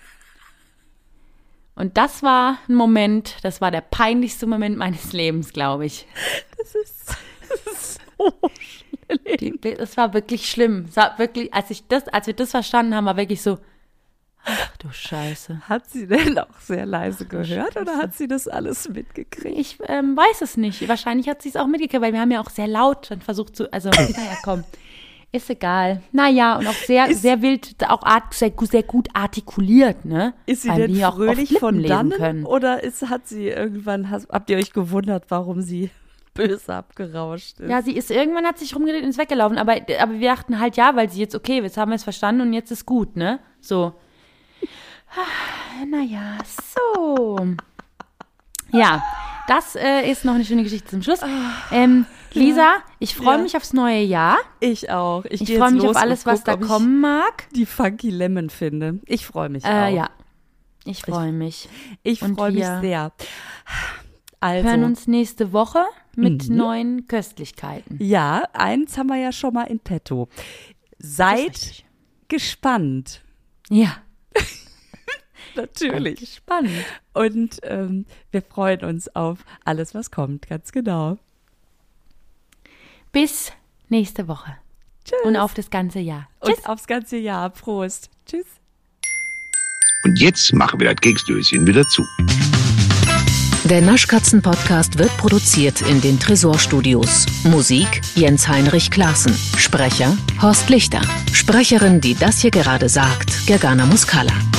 Speaker 2: Und das war ein Moment, das war der peinlichste Moment meines Lebens, glaube ich.
Speaker 3: Das ist, das ist so schlimm.
Speaker 2: Die, das war wirklich schlimm. Es war wirklich, als ich das, als wir das verstanden haben, war wirklich so, ach du Scheiße.
Speaker 3: Hat sie denn auch sehr leise gehört oder hat sie das alles mitgekriegt?
Speaker 2: Ich ähm, weiß es nicht. Wahrscheinlich hat sie es auch mitgekriegt, weil wir haben ja auch sehr laut dann versucht zu, also, naja, komm. Ist egal. Naja, und auch sehr, ist, sehr wild, auch art, sehr, sehr gut artikuliert, ne?
Speaker 3: Ist sie
Speaker 2: weil
Speaker 3: denn
Speaker 2: die auch
Speaker 3: fröhlich von dannen
Speaker 2: können.
Speaker 3: Oder ist, hat sie irgendwann, has, habt ihr euch gewundert, warum sie böse abgerauscht ist?
Speaker 2: Ja, sie ist, irgendwann hat sich rumgedreht und ist weggelaufen, aber, aber wir dachten halt, ja, weil sie jetzt, okay, jetzt haben wir es verstanden und jetzt ist gut, ne? So. Naja, so. Ja, das äh, ist noch eine schöne Geschichte zum Schluss. Ähm, Lisa, ich freue
Speaker 3: ja.
Speaker 2: mich aufs neue Jahr.
Speaker 3: Ich auch. Ich,
Speaker 2: ich freue mich auf alles, was da kommen mag.
Speaker 3: Die Funky Lemon finde. Ich freue mich
Speaker 2: äh,
Speaker 3: auch.
Speaker 2: Ja, ich freue mich.
Speaker 3: Ich freue mich sehr. Also,
Speaker 2: hören uns nächste Woche mit
Speaker 3: mhm.
Speaker 2: neuen Köstlichkeiten.
Speaker 3: Ja, eins haben wir ja schon mal in petto. Seid gespannt.
Speaker 2: Ja.
Speaker 3: Natürlich.
Speaker 2: Gespannt.
Speaker 3: Und ähm, wir freuen uns auf alles, was kommt, ganz genau.
Speaker 2: Bis nächste Woche.
Speaker 3: Tschüss.
Speaker 2: Und auf das ganze Jahr.
Speaker 3: Tschüss. Und aufs ganze Jahr. Prost. Tschüss.
Speaker 1: Und jetzt machen wir das Keksdöschen wieder zu.
Speaker 4: Der Naschkatzen-Podcast wird produziert in den Tresorstudios. Musik Jens-Heinrich Klaassen. Sprecher Horst Lichter. Sprecherin, die das hier gerade sagt, Gergana Muscala.